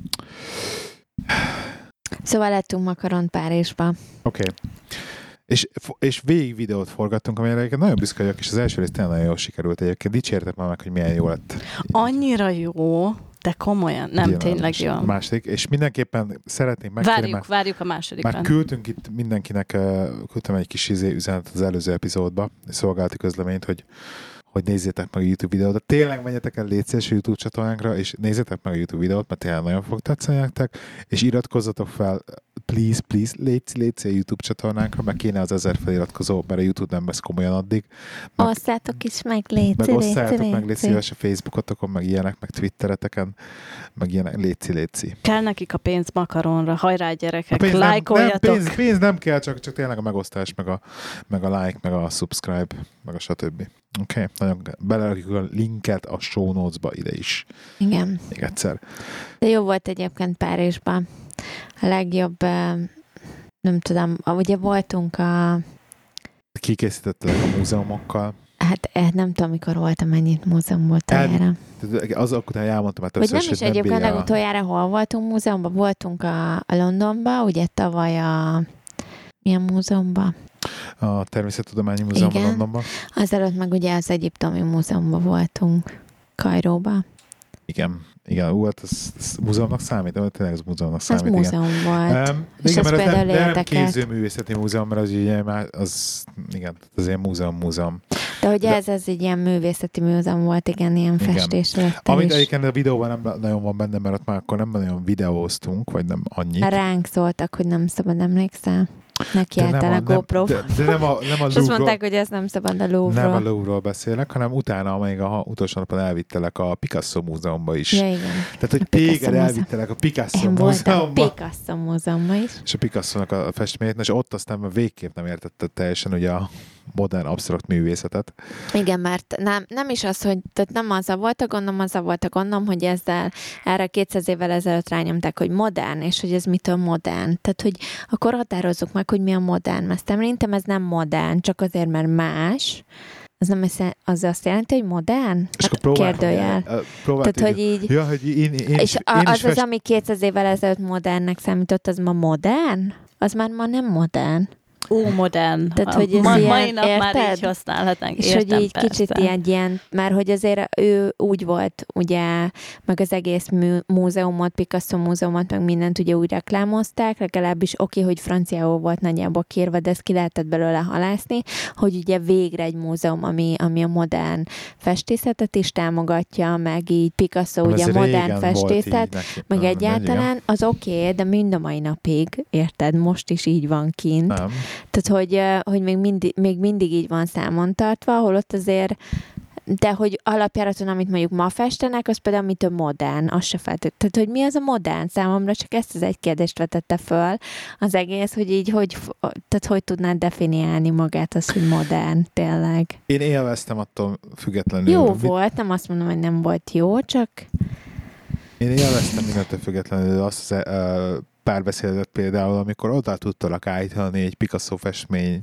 Szóval lettünk makaron Párizsba. Oké. Okay. És, és végig videót forgattunk, amelyre egyébként nagyon büszke vagyok, és az első rész tényleg nagyon jól sikerült egyébként. Dicsértek már meg, hogy milyen jó lett. Annyira jó, de komolyan. Nem, igen, tényleg jó. A második, és mindenképpen szeretnénk megkérni. Várjuk, már, várjuk a másodikat. Már küldtünk itt mindenkinek, küldtem egy kis izé üzenetet az előző epizódba, egy szolgálati közleményt, hogy hogy nézzétek meg a YouTube videót, de tényleg menjetek el légy szíves a YouTube csatornánkra, és nézzétek meg a YouTube videót, mert tényleg nagyon fog tetszeni nektek, és iratkozzatok fel, please, please, légy légy a YouTube csatornánkra, meg kéne az ezer feliratkozó, mert a YouTube nem vesz komolyan addig. Meg, osszátok is meg, légy meg légy osszátok meg, légy szíves a Facebookotokon, meg ilyenek, meg Twittereteken, meg ilyenek, légy légy. Kell nekik a pénz makaronra, hajrá gyerekek, pénz lájkoljatok. Nem, nem, pénz, pénz nem kell, csak, csak tényleg a megosztás, meg a, meg a like, meg a subscribe, meg a stb. Oké, okay. Nagyon belerakjuk a linket a show notes-ba ide is. Igen. Még egyszer. De jó volt egyébként Párizsban. A legjobb, nem tudom, ugye voltunk a... Kikészítettek a múzeumokkal. Hát nem tudom, mikor voltam mennyit múzeumból utoljára. Az akkor elmondtam már többször, hogy nem is egyébként bírja... legutoljára hol voltunk múzeumban, voltunk a, a Londonban, ugye tavaly a Milyen múzeumban? A Természettudományi Múzeumban, Londonban. Azelőtt meg ugye az Egyiptomi Múzeumban voltunk, Kairóban. Igen, igen, ú, hát ez, ez múzeumnak számít, de tényleg ez múzeumnak számít. Ez múzeum igen. volt. Um, és igen, az mert például ez nem, nem érdekelt. kézművészeti múzeum, mert az ugye már, az, igen, az ilyen múzeum-múzeum. De hogy de, ez, ez egy ilyen művészeti múzeum volt, igen, ilyen festéslettel Amit is. egyébként a videóban nem nagyon van benne, mert ott már akkor nem nagyon videóztunk, vagy nem annyit. Ránk szóltak, hogy nem szabad, emlékszel? Neki álltál a GoPro. De, de nem a, nem a és azt mondták, hogy ez nem szabad a Louvre-ról. Nem a Louvre-ról beszélek, hanem utána, amíg a utolsó napon elvittelek a Picasso múzeumba is. Ja, igen. Tehát, hogy téged elvittelek a Picasso Én múzeumba. Én voltam a Picasso múzeumba is. És a Picasso-nak a festményét, és ott aztán végképp nem értette teljesen ugye a modern absztrakt művészetet. Igen, mert nem, nem is az, hogy tehát nem az a volt a gondom, az a volt a gondom, hogy ezzel erre kétszáz évvel ezelőtt rányomták, hogy modern, és hogy ez mitől modern. Tehát, hogy akkor határozzuk meg, hogy mi a modern. Mert szerintem ez nem modern, csak azért, mert más. Az, nem az azt jelenti, hogy modern? És akkor kérdőjel. Tehát, hogy így... Ja, hogy én, én, és én az, fest... az, ami kétszáz évvel ezelőtt modernnek számított, az ma modern? Az már ma nem modern. Ó, modern. Tehát, hogy ez ma, ilyen, mai nap érted? már így használhatnánk. És értem, hogy így persze. kicsit ilyen, ilyen, mert hogy azért ő úgy volt, ugye, meg az egész mű, múzeumot, Picasso múzeumot, meg mindent ugye úgy reklámozták, legalábbis oké, okay, hogy franciául volt nagyjából kérve, de ezt ki lehetett belőle halászni, hogy ugye végre egy múzeum, ami, ami a modern festészetet is támogatja, meg így Picasso, ugye a modern festészet, neki, meg nem, egyáltalán, nem, az oké, okay, de mind a mai napig, érted, most is így van kint. Nem. Tehát, hogy, hogy még, mindig, még mindig így van számon tartva, holott azért, de hogy alapjáraton, amit mondjuk ma festenek, az például mitől modern, az se feltett. Tehát, hogy mi az a modern számomra, csak ezt az egy kérdést vetette föl az egész, hogy így, hogy, tehát hogy tudnád definiálni magát az, hogy modern, tényleg. Én élveztem attól függetlenül. Jó mit... volt, nem azt mondom, hogy nem volt jó, csak... Én élveztem mindentől függetlenül azt az uh, párbeszédet például, amikor oda tudtalak állítani egy Picasso festmény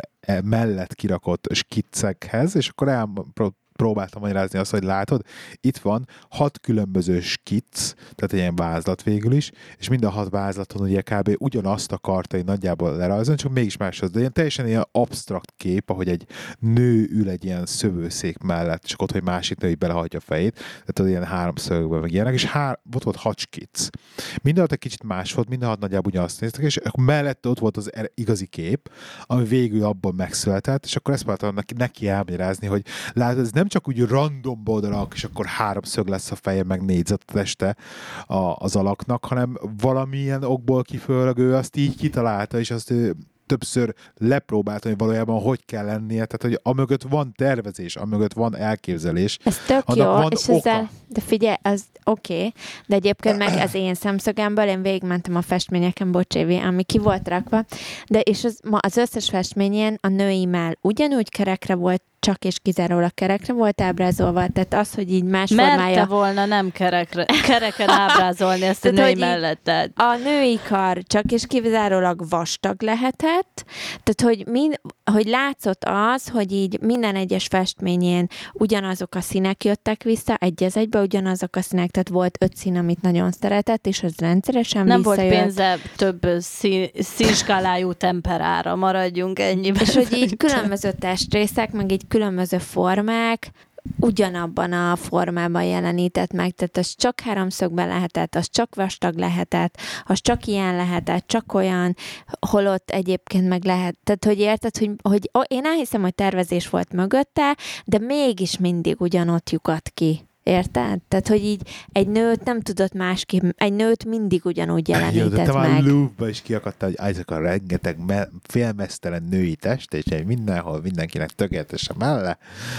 mellett kirakott skiccekhez, és akkor elpróbáltam magyarázni azt, hogy látod, itt van hat különböző skicc, tehát egy ilyen vázlat végül is, és mind a hat vázlaton ugye kb. Ugyanazt akarta egy nagyjából lerajzolni, csak mégis máshoz. De ilyen teljesen ilyen absztrakt kép, ahogy egy nő ül egy ilyen szövőszék mellett, csak ott, hogy másik nő belehagyja a fejét, tehát ott ilyen háromszögben meg ilyenek, és hár, ott volt hat skicc. Minden egy kicsit más volt, minden hat nagyjából ugyanazt néztek, és akkor mellette ott volt az igazi kép, ami végül abban megszületett, és akkor ezt próbáltam neki, neki elmagyarázni, hogy látod, ez nem csak úgy random oldalak, és akkor háromszög lesz a feje, meg négyzet a teste a, az alaknak, hanem valamilyen okból kifőleg ő azt így kitalálta, és azt ő többször lepróbálta, hogy valójában hogy kell lennie, tehát hogy amögött van tervezés, amögött van elképzelés. Ez tök jó, van és oka. ezzel, de figyelj, az oké, okay, de egyébként meg az én szemszögemből, én végigmentem a festményeken, bocs Évi, ami ki volt rakva, de és az, ma az összes festményen a nőimmel ugyanúgy kerekre volt, csak és kizárólag kerekre volt ábrázolva, tehát az, hogy így más Merte formája... volna nem kerekre, kereken ábrázolni ezt a női melletted. A női kar csak és kizárólag vastag lehetett, tehát hogy, mind, hogy látszott az, hogy így minden egyes festményén ugyanazok a színek jöttek vissza, egy az egybe ugyanazok a színek, tehát volt öt szín, amit nagyon szeretett, és az rendszeresen nem visszajött. Nem volt pénze több szín, színskálájú temperára, maradjunk ennyiben. És hogy így különböző testrészek, meg így különböző formák ugyanabban a formában jelenített meg, tehát az csak háromszögben lehetett, az csak vastag lehetett, az csak ilyen lehetett, csak olyan, holott egyébként meg lehet, tehát hogy érted, hogy, hogy én elhiszem, hogy tervezés volt mögötte, de mégis mindig ugyanott lyukat ki. Érted? Tehát, hogy így egy nőt nem tudott másképp, egy nőt mindig ugyanúgy jelenített Jó, de te meg. már Louvre-ba is kiakadtál, hogy ezek a rengeteg me- félmeztelen női test, és mindenhol mindenkinek tökéletes a melle.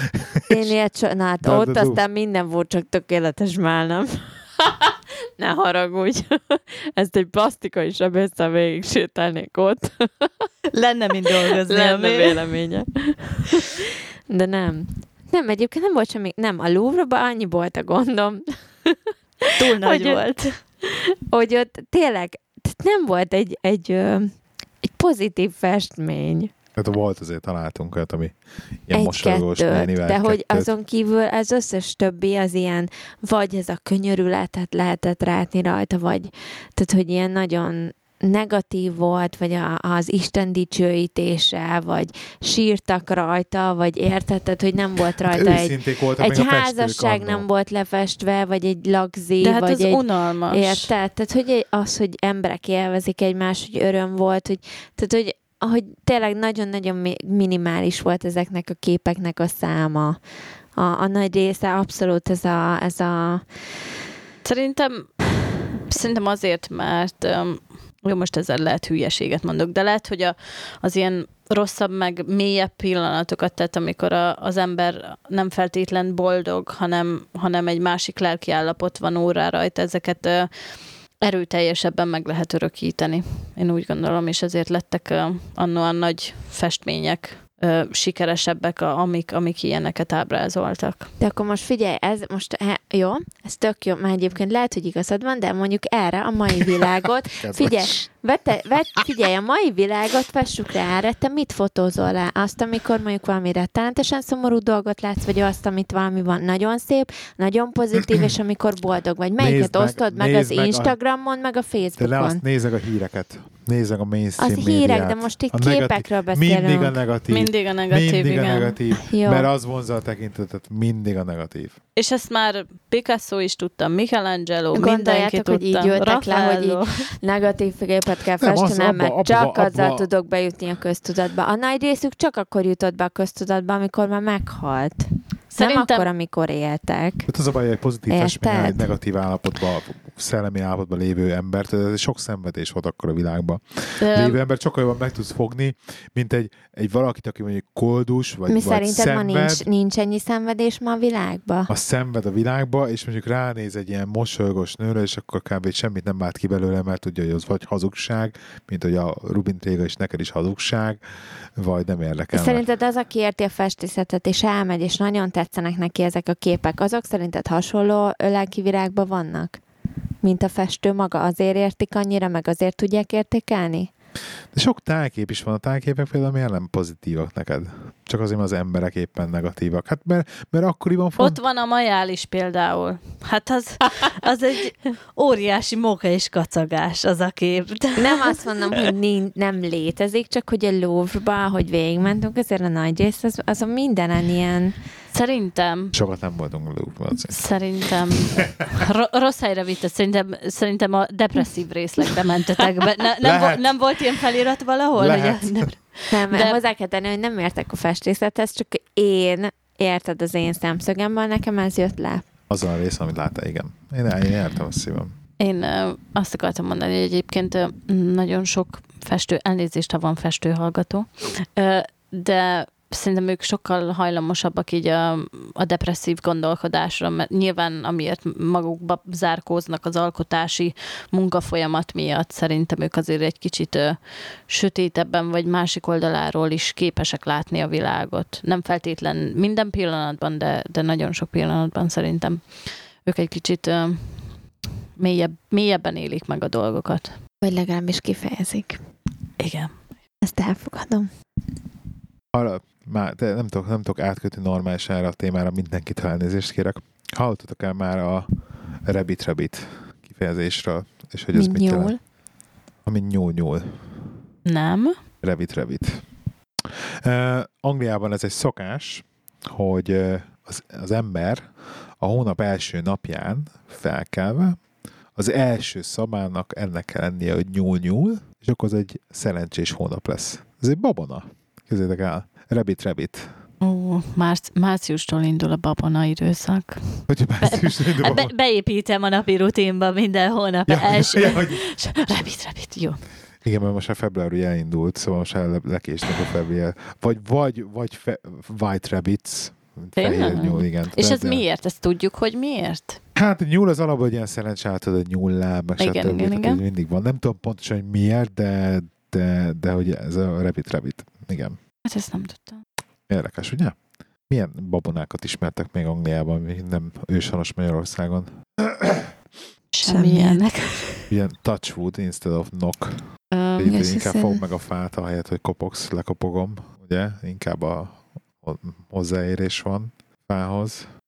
Én ilyet csinált, ott aztán Louvre. Minden volt, csak tökéletes mellem. Ne haragudj. Ezt egy plastikai sebésszel végig sétálnék ott. Lenne mind dolgozni. Lenne véleménye. De nem. Nem, egyébként nem volt semmi, nem, a Louvre-ban annyi volt a gondom. Túl nagy hogy volt. Ott, hogy ott tényleg nem volt egy, egy, egy pozitív festmény. Hát volt azért, találtunk olyat, ami ilyen egy mosolygós kettőt, nénivel. de hogy kettőt. azon kívül az összes többi az ilyen, vagy ez a könyörületet lehetett rátni rajta, vagy tehát, hogy ilyen nagyon negatív volt, vagy a, az Isten dicsőítése, vagy sírtak rajta, vagy érted, tehát, hogy nem volt rajta hát egy, voltak, egy házasság annó. nem volt lefestve, vagy egy lagzi, de hát vagy az egy... unalmas. Érted? Tehát, hogy az, hogy emberek élvezik egymást, hogy öröm volt, hogy, tehát, hogy, hogy tényleg nagyon-nagyon minimális volt ezeknek a képeknek a száma. A, a nagy része abszolút ez a... Ez a... Szerintem, szerintem azért, mert um, jó, most ezzel lehet hülyeséget mondok, de lehet, hogy a, az ilyen rosszabb, meg mélyebb pillanatokat, tehát amikor a, az ember nem feltétlen boldog, hanem, hanem egy másik lelki állapot van órá rajta, ezeket uh, erőteljesebben meg lehet örökíteni. Én úgy gondolom, és ezért lettek uh, annó a nagy festmények uh, sikeresebbek, a, amik, amik ilyeneket ábrázoltak. De akkor most figyelj, ez most he, jó, ez tök jó, már egyébként lehet, hogy igazad van, de mondjuk erre a mai világot, figyelj, vette, vett, figyelj, a mai világot fessük rá erre, te mit fotózol le? Azt, amikor mondjuk valami rettenetesen szomorú dolgot látsz, vagy azt, amit valami van nagyon szép, nagyon pozitív, és amikor boldog vagy. Melyiket meg, osztod meg az meg Instagramon, a... meg a Facebookon? De le azt nézek a híreket. Nézzek a mainstream az hírek, médiát. de most itt a képekről beszélünk. Mindig a negatív. Mindig a negatív, mindig igen. a negatív. Jó. Mert az vonza a tekintetet, mindig a negatív. És ezt már Picasso is tudta, Michelangelo, mindenki Gondoljátok, tudta. hogy így jöttek le, hogy így negatív képet kell festenem, meg abba, csak abba, azzal abba... tudok bejutni a köztudatba. A nagy részük csak akkor jutott be a köztudatba, amikor már meghalt. Szerintem... Nem akkor, amikor éltek. Hát az a baj, hogy egy pozitív festmény, egy negatív állapotban, szellemi állapotban lévő embert, ez sok szenvedés volt akkor a világban. De... Lévő ember sokkal jobban meg tudsz fogni, mint egy, egy valakit, aki mondjuk koldus, vagy, Mi vagy szerinted szenved. Ma nincs, nincs ennyi szenvedés ma a világban? A szenved a világba, és mondjuk ránéz egy ilyen mosolygós nőre, és akkor kb. Semmit nem lát ki belőle, mert tudja, hogy az vagy hazugság, mint hogy a Rubin Tréga is neked is hazugság, vagy nem érdekel. Szerinted az, aki érti a festészetet, és elmegy, és nagyon tetszenek neki ezek a képek, azok szerinted hasonló lelki virágban vannak? Mint a festő maga? Azért értik annyira, meg azért tudják értékelni? De sok tájkép is van. A tájképek például miért nem pozitívak neked? Csak azért, mert az emberek éppen negatívak. Hát mert, mert akkoriban font... Ott van a majál is például. Hát az, az egy óriási móka és kacagás az a kép. Nem azt mondom, hogy nincs, nem létezik, csak hogy a Louvre-ba, hogy végigmentünk, azért a nagy rész, az, az a mindenen ilyen... Szerintem... Sokat nem voltunk a Louvre-ban. Szerintem... Ro- rossz helyre vitted. Szerintem, szerintem a depresszív részlegbe mentetek be. Ne, nem, vo- nem volt ilyen felirat valahol? Lehet. Hogy a... Nem, de... hozzá kell tenni, hogy nem értek a festészethez, csak én, érted az én szemszögemből, nekem ez jött le. Az a rész, amit láttál, igen. Én, én értem a szívem. Én uh, azt akartam mondani, hogy egyébként uh, nagyon sok festő, elnézést, ha van festő hallgató, uh, de szerintem ők sokkal hajlamosabbak így a, a depresszív gondolkodásra, mert nyilván amiért magukba zárkóznak az alkotási munkafolyamat miatt, szerintem ők azért egy kicsit ö, sötétebben vagy másik oldaláról is képesek látni a világot. Nem feltétlen minden pillanatban, de, de nagyon sok pillanatban szerintem ők egy kicsit ö, mélyebb, mélyebben élik meg a dolgokat. Vagy legalábbis kifejezik. Igen. Ezt elfogadom. Arra, már, de nem tudok, nem tudok átkötni normálisan erre a témára, mindenkit elnézést kérek. Hallottatok el már a Rabbit Rabbit kifejezésről? És hogy ez mint mit nyúl? jelent? Ami nyúl nyúl. Nem. Rabbit Rabbit. Uh, Angliában ez egy szokás, hogy uh, az, az ember a hónap első napján felkelve az első szavának ennek kell lennie, hogy nyúl nyúl, és akkor az egy szerencsés hónap lesz. Ez egy babona. Képzeljétek el. Rabbit Rabbit. Ó, márci- márciustól indul a babona időszak. Hogy márciustól indul a babona? Be- beépítem a napi rutinba minden hónap ja, első. Ja, hogy... Rabbit, rabbit, jó. Igen, mert most a február elindult, szóval most el lekésnek a február. Vagy, vagy, vagy fe, White Rabbits. Fehér nyúl, igen. És ez de... miért? Ezt tudjuk, hogy miért? Hát a nyúl az alapban egy ilyen szerencsátod, a nyúlláb, meg igen, stb. Igen, igen. Mindig van. Nem tudom pontosan, hogy miért, de, de, de hogy ez a Rabbit Rabbit. Igen. Hát ezt nem tudtam. Érdekes, ugye? Milyen babonákat ismertek még Angliában, még nem őshonos Magyarországon? Semmilyenek. Ilyen touchwood instead of knock. Um, Így, inkább fog meg a fát, ahelyett, hogy kopogsz, lekopogom, ugye? Inkább a, a hozzáérés van fához.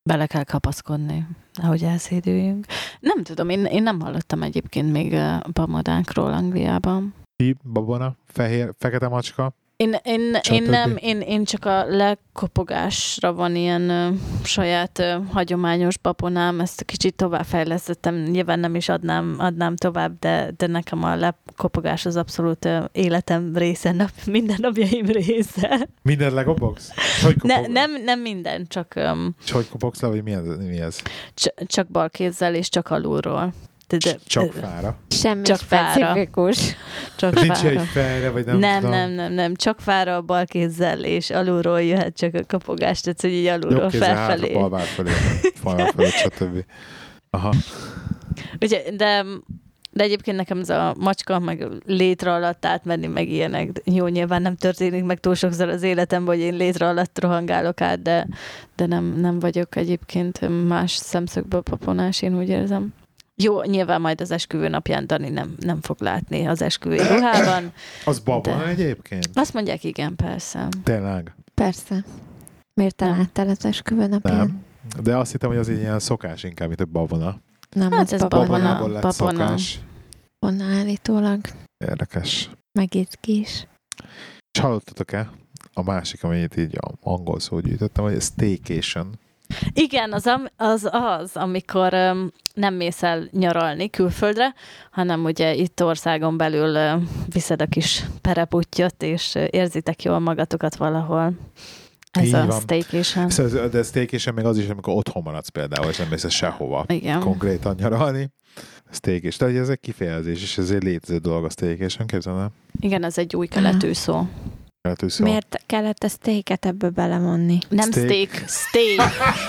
Bele kell kapaszkodni, ahogy elszédüljünk. Nem tudom, én, én nem hallottam egyébként még bamodákról Angliában. Ki, babona, fehér, fekete macska. Én, én, én, nem, én, én csak a lekopogásra van ilyen ö, saját ö, hagyományos babonám, ezt kicsit továbbfejlesztettem, nyilván nem is adnám, adnám tovább, de, de nekem a lekopogás az abszolút ö, életem része, nap, minden napjaim része. Minden lekopogsz? Hogy ne, nem, nem minden, csak... Um, és hogy kopogsz le, vagy mi ez? Mi ez? Cs- csak bal kézzel és csak alulról. De, de, csak fára? Semmi csak specifikus. Csak nincs fára. egy fejre, vagy nem Nem, tudom. nem, nem, nem. Csak fára a bal kézzel, és alulról jöhet csak a kopogás, tehát hogy így alulról jobb kézzel felfelé. hátra, bal várt felé, bal felé, stb. Aha. Ugye, de, de egyébként nekem ez a macska, meg létre alatt átmenni, meg ilyenek. Jó, nyilván nem történik meg túl sokszor az életemben, hogy én létre alatt rohangálok át, de, de nem, nem vagyok egyébként más szemszögből paponás, én úgy érzem. Jó, nyilván majd az esküvő napján Dani nem, nem fog látni az esküvői ruhában. Az babona de... egyébként? Azt mondják, igen, persze. Tényleg? Persze. Miért te Nem. láttál az esküvő napján? Nem. De azt hittem, hogy az egy ilyen szokás inkább, mint a babona. Nem, Hát az ez babona. babona. Babonából lett babona. szokás. Babona állítólag. Érdekes. Meg is. És hallottatok-e a másik, amit így a angol szót gyűjtöttem, hogy staycation. Igen, az am- az, az amikor um, nem mész el nyaralni külföldre, hanem ugye itt országon belül uh, viszed a kis pereputtyot, és uh, érzitek jól magatokat valahol. Ez Így a van. staycation. Szóval, de staycation még az is, amikor otthon maradsz például, és nem mész sehova Igen. konkrétan nyaralni. Staycation. Tehát ez egy kifejezés, és ez egy létező dolog a staycation, képzelem. Igen, ez egy új keletű szó. Szó. Miért kellett a steaket ebbe belemonni? Nem Steak. steak, steak.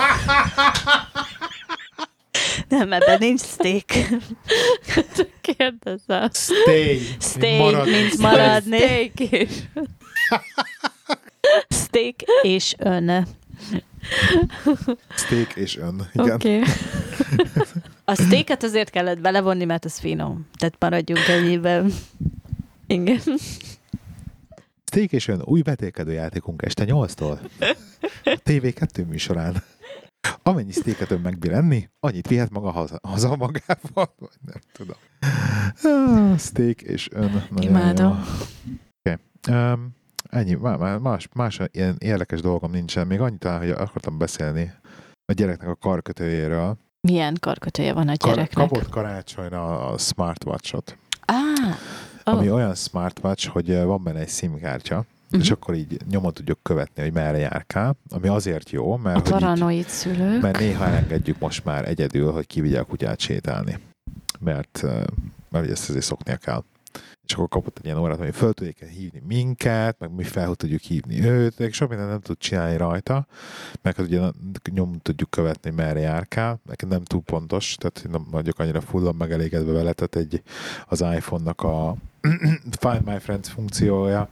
Nem, ebben nincs steak. Csak kérdezem. Stay. Stay, Marad- mint maradni. Steak is. Steak és ön. Steak és ön. Igen. Oké. Okay. A steaket azért kellett belevonni, mert az finom. Tehát maradjunk ennyiben. Igen. Steak és ön új vetélkedő játékunk este nyolctól. A té vé kettő műsorán. Amennyi steaket ön megbír enni, annyit vihet maga haza, haza magával, vagy nem tudom. Ah, steak és ön. Imádom. Oké. Okay. Um, ennyi. Más, más ilyen érdekes dolgom nincsen. Még annyit talán, hogy akartam beszélni a gyereknek a karkötőjéről. Milyen karkötője van a gyereknek? Kar, kapott karácsonyra a smartwatchot. Ah, Oh. Ami oh. olyan smartwatch, hogy van benne egy SIM-kártya, uh-huh. és akkor így nyomon tudjuk követni, hogy merre járkál, ami azért jó, mert, a paranoid így, szülők. mert néha elengedjük most már egyedül, hogy kivigye a kutyát sétálni. Mert, mert ezt azért szoknia kell. És akkor kapott egy ilyen órát, hogy fel tudjuk hívni minket, meg mi fel tudjuk hívni őt, és sok mindent nem tud csinálni rajta, mert ugye nyom tudjuk követni, merre járkál. Nekem nem túl pontos, tehát nem vagyok annyira fullan megelégedve vele, tehát egy, az iPhone-nak a Find My Friends funkciója,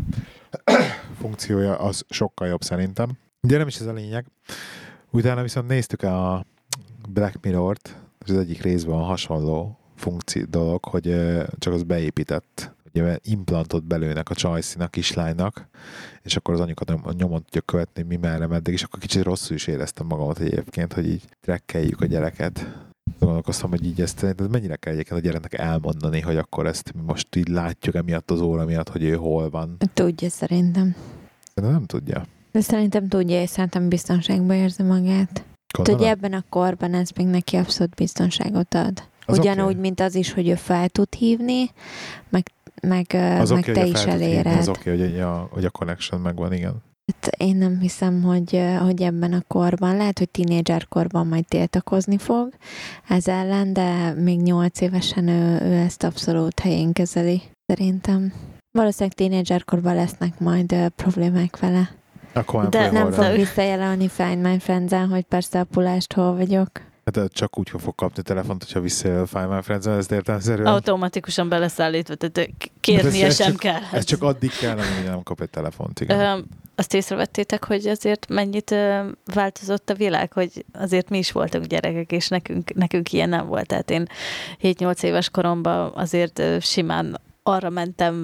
funkciója az sokkal jobb szerintem. De nem is ez a lényeg. Utána viszont néztük a Black Mirror-t, és az egyik részben a hasonló funkció dolog, hogy csak az beépített, ugye implantot belőnek a csajszinak, kislánynak, és akkor az anyukat nyomon tudja követni, mi merre meddig, és akkor kicsit rosszul is éreztem magamat egyébként, hogy így trekkeljük a gyereket. Gondolkoztam, hogy így ezt de mennyire kell egyébként a gyereknek elmondani, hogy akkor ezt mi most így látjuk emiatt az óra miatt, hogy ő hol van. Tudja szerintem. De nem tudja. De szerintem tudja, és szerintem biztonságban érzi magát. Tudja, ebben a korban ez még neki abszolút biztonságot ad. Az ugyanúgy, okay. mint az is, hogy ő fel tud hívni, meg, meg, az meg okay, te is eléred. Az oké, okay, hogy, a, hogy a connection megvan, igen. Hát én nem hiszem, hogy, hogy ebben a korban, lehet, hogy tínédzser korban majd tiltakozni fog ez ellen, de még nyolc évesen ő, ő ezt abszolút helyén kezeli, szerintem. Valószínűleg tínédzser korban lesznek majd uh, problémák vele. Akkor de nem volna. fog visszajelölni Find My Friends-en, hogy persze a pulást hol vagyok. Hát csak úgy fog kapni telefont, hogyha visszajön Find My Friends-en, ezt értelmszerűen. Automatikusan beleszállítva, tehát kérnie sem csak, kell. Ez csak addig kell, amíg nem kap egy telefont, igen. Ö, azt észrevettétek, hogy azért mennyit ö, változott a világ, hogy azért mi is voltunk gyerekek, és nekünk, nekünk ilyen nem volt. Tehát én hét-nyolc éves koromban azért ö, simán arra mentem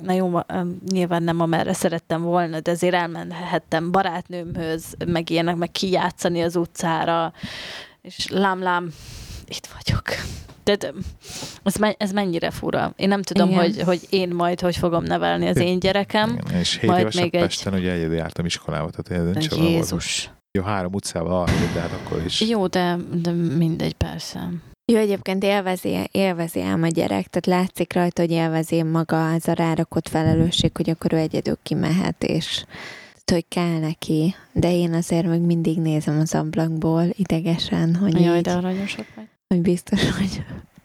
na jó, nyilván nem amerre szerettem volna, de azért elmenhettem barátnőmhöz, meg ilyenek, meg kijátszani az utcára, és lám-lám, itt vagyok. De ez, ez mennyire fura. Én nem tudom, hogy, hogy én majd hogy fogom nevelni az én gyerekem. Igen, és hét évesen egy... Pesten ugye egyedül jártam iskolába, tehát én Jézus. Jó, három utcával alapít, de hát akkor is. Jó, de, de mindegy, persze. Jó, egyébként élvezi, élvezi ám a gyerek, tehát látszik rajta, hogy élvezi maga az a rárakott felelősség, hogy akkor ő egyedül kimehet, és hogy kell neki, de én azért meg mindig nézem az ablakból idegesen, hogy Jaj, így, de aranyosak vagy. Hogy biztos, hogy...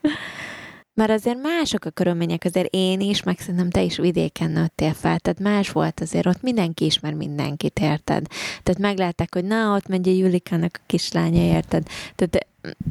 Mert azért mások a körülmények, azért én is, meg szerintem te is vidéken nőttél fel, tehát más volt azért, ott mindenki ismer mindenkit, érted? Tehát meglátták, hogy na, ott megy a Julikának a kislánya, érted? Tehát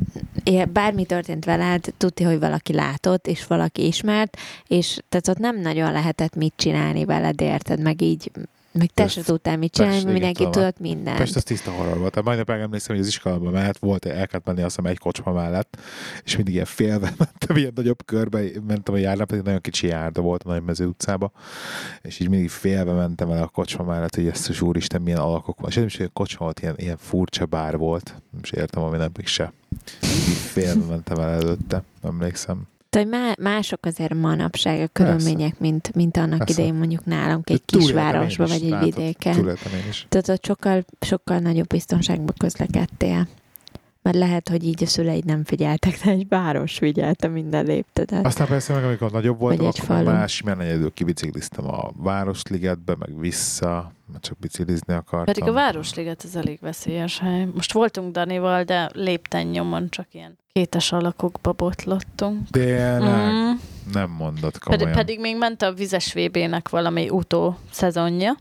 bármi történt veled, tudti, hogy valaki látott, és valaki ismert, és tehát ott nem nagyon lehetett mit csinálni veled, érted? Meg így meg te se tudtál mit csinálni, mindenki tudott mindent. Pest, az tiszta horror volt. Tehát majdnem megemlékszem, hogy az iskolában mellett volt, el kellett menni azt hiszem egy kocsma mellett, és mindig ilyen félve mentem, ilyen nagyobb körbe mentem a járnál, pedig nagyon kicsi járda volt a Nagymező utcába, és így mindig félve mentem el a kocsma mellett, hogy ezt az úristen milyen alakok van. És nem is, hogy a kocsma volt, ilyen, ilyen furcsa bár volt, nem is értem, ami nem még se. Mindig félve mentem el előtte, emlékszem. Tehát mások azért manapság a körülmények, mint, mint annak Persze. idején mondjuk nálunk egy kisvárosban, vagy egy vidéken. Tehát ott sokkal, sokkal nagyobb biztonságban közlekedtél. Mert lehet, hogy így a szüleid nem figyeltek, de egy város figyelte minden léptedet. Aztán persze meg, amikor nagyobb voltam, akkor falu. Más, mert egyedül kibicikliztem a Városligetbe, meg vissza, mert csak biciklizni akartam. Pedig a Városliget az elég veszélyes hely. Most voltunk Danival, de lépten nyomon csak ilyen kétes alakokba botlottunk. Tényleg? Mm. Nem mondod komolyan. Pedig, pedig még ment a vizes vé bének valami utó szezonja,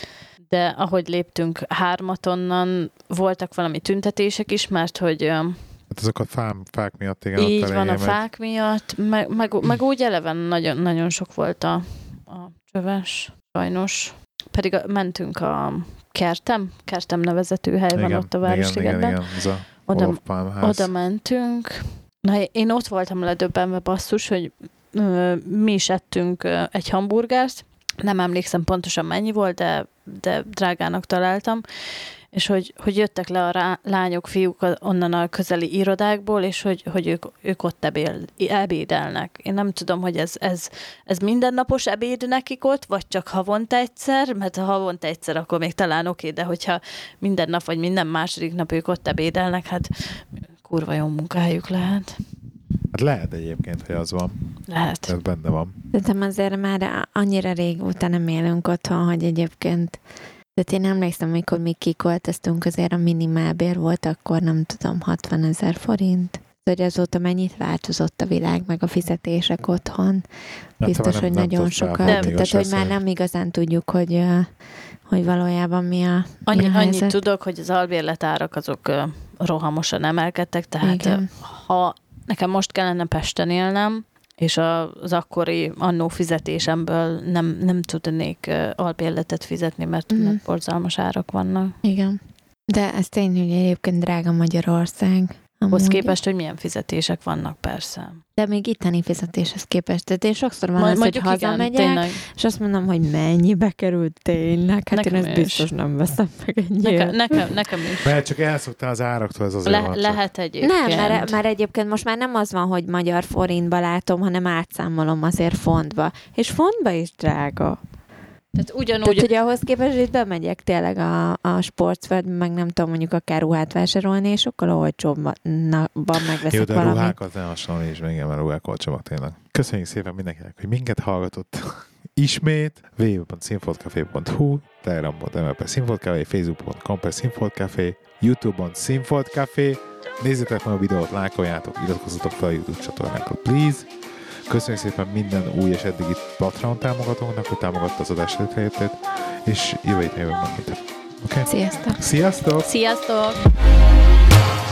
de ahogy léptünk hármat onnan, voltak valami tüntetések is, mert hogy... Hát azok a fám, fák miatt, igen. Így van, a megy. Fák miatt, meg, meg, meg úgy eleven nagyon, nagyon sok volt a, a csöves, sajnos. Pedig a, mentünk a Kertem, Kertem nevezetű hely igen, van ott a Városligetben. Igen, igen, igen, oda, oda mentünk. Na, én ott voltam ledöbbenve basszus, hogy ö, mi is ettünk ö, egy hamburgert, nem emlékszem pontosan mennyi volt, de, de drágának találtam, és hogy, hogy jöttek le a rá, lányok, fiúk onnan a közeli irodákból, és hogy, hogy ők, ők ott ebél, ebédelnek. Én nem tudom, hogy ez, ez, ez mindennapos ebéd nekik ott, vagy csak havonta egyszer, mert ha havonta egyszer, akkor még talán oké, de hogyha minden nap, vagy minden második nap ők ott ebédelnek, hát kurva jó munkahelyük lehet. Hát lehet egyébként, hogy az van. Lehet. Ez benne van. Szerintem azért már annyira régóta nem élünk otthon, hogy egyébként, tehát én emlékszem, amikor mi kiköltöztünk, azért a minimálbér volt, akkor nem tudom, hatvanezer forint. Hogy azóta mennyit változott a világ, meg a fizetések otthon. Biztos, hát, hogy nem, nagyon nem sokat. Nem, tehát, hogy már nem igazán tudjuk, hogy, hogy valójában mi a, Annyi, mi a helyzet. Annyit tudok, hogy az albérletárak azok rohamosan emelkedtek, tehát igen. Ha nekem most kellene Pesten élnem, és az akkori annó fizetésemből nem, nem tudnék albérletet fizetni, mert mm. borzalmas árak vannak. Igen. De ez tényleg, hogy egyébként drága Magyarország. Ahhoz képest, hogy milyen fizetések vannak, persze. De még itteni fizetéshez képest. Tehát én sokszor van az, hogy hazamegyek, igen, és azt mondom, hogy mennyibe került tényleg. Hát nekem én ezt is. Biztos nem veszem meg ennyire. Nekem, nekem, nekem is. Mert csak elszoktál az áraktól, ez azért Le, van lehet egyébként. Nem, mert, mert egyébként most már nem az van, hogy magyar forintba látom, hanem átszámolom azért fontba. És fontba is drága. Tehát ugyanúgy... Tehát, hogy ahhoz képest, hogy bemegyek tényleg a, a sportföldbe, meg nem tudom mondjuk akár ruhát vásárolni, és sokkal olcsóbban megveszek Jó, de valamit. ruhákat nem hasonló, és még igen, mert ruhák olcsóbbak tényleg. Köszönjük szépen mindenkinek, hogy minket hallgatott ismét. double-u double-u double-u pont színfoltcafé pont hu, telegram pont em el per színfoltcafé, facebook pont com per színfoltcafé, youtube-on színfoltcafé. Nézzétek meg a videót, lájkoljátok, iratkozzatok fel a YouTube csatornánkra, please. Köszönjük szépen minden új és eddigi Patreon támogatónak, hogy támogatta az adás létrejöttét, és jövő héten jövünk meg mindent. Okay? Sziasztok! Sziasztok! Sziasztok!